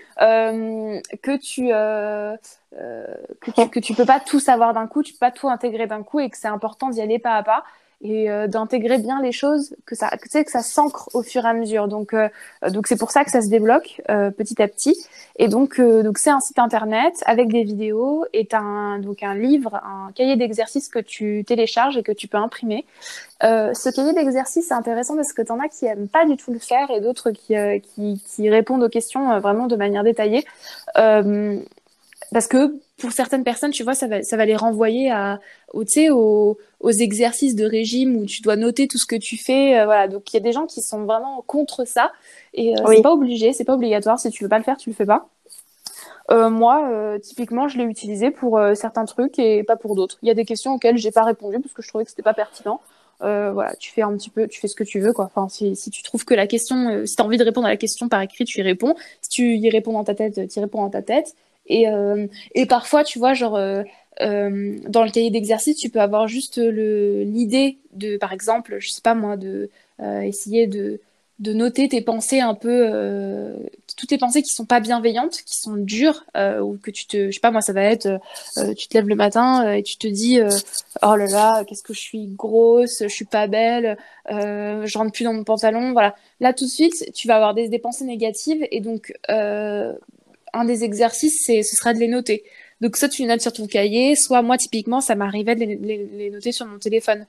que tu peux pas tout savoir d'un coup, tu peux pas tout intégrer d'un coup, et que c'est important d'y aller pas à pas. et d'intégrer bien les choses, que ça s'ancre au fur et à mesure. Donc c'est pour ça que ça se débloque petit à petit. Et donc c'est un site internet avec des vidéos et t'as un livre, un cahier d'exercices que tu télécharges et que tu peux imprimer. Ce cahier d'exercices, c'est intéressant parce que t'en as qui aiment pas du tout le faire et d'autres qui répondent aux questions vraiment de manière détaillée. Parce que pour certaines personnes, tu vois, ça va les renvoyer aux exercices de régime où tu dois noter tout ce que tu fais. Voilà. Donc il y a des gens qui sont vraiment contre ça et Oui. c'est pas obligé, c'est pas obligatoire. Si tu veux pas le faire, tu le fais pas. Moi, typiquement, je l'ai utilisé pour certains trucs et pas pour d'autres. Il y a des questions auxquelles j'ai pas répondu parce que je trouvais que c'était pas pertinent. Voilà, tu fais ce que tu veux, quoi. Enfin, si tu trouves que la question, si t'as envie de répondre à la question par écrit, tu y réponds. Si tu y réponds dans ta tête, tu y réponds dans ta tête. Et parfois, tu vois, genre, dans le cahier d'exercice, tu peux avoir juste l'idée de, par exemple, je sais pas moi, de essayer de noter tes pensées un peu, toutes tes pensées qui sont pas bienveillantes, qui sont dures, ou que je sais pas moi, ça va être, tu te lèves le matin et tu te dis, oh là là, qu'est-ce que je suis grosse, je suis pas belle, je rentre plus dans mon pantalon, voilà. Là tout de suite, tu vas avoir des pensées négatives et donc un des exercices, ce sera de les noter. Donc soit tu les notes sur ton cahier, soit moi typiquement ça m'arrivait de les noter sur mon téléphone.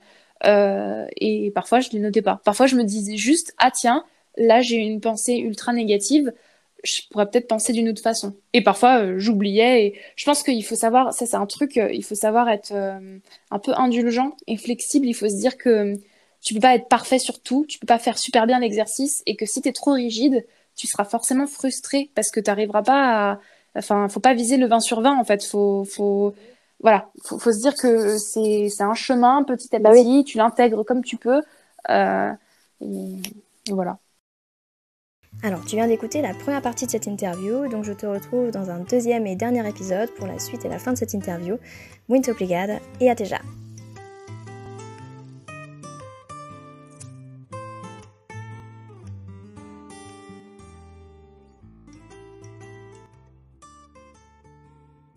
Et parfois je les notais pas. Parfois je me disais juste ah tiens là j'ai une pensée ultra négative, je pourrais peut-être penser d'une autre façon. Et parfois j'oubliais. Et je pense qu'il faut savoir, ça c'est un truc, il faut savoir être un peu indulgent et flexible. Il faut se dire que tu peux pas être parfait sur tout, tu peux pas faire super bien l'exercice et que si t'es trop rigide tu seras forcément frustré parce que tu n'arriveras pas à... Enfin, faut pas viser le 20 sur 20, en fait. Voilà, faut se dire que c'est un chemin petit à Bah petit, oui. tu l'intègres comme tu peux. Et voilà. Alors, tu viens d'écouter la première partie de cette interview, donc je te retrouve dans un deuxième et dernier épisode pour la suite et la fin de cette interview. Muito obrigada et até já!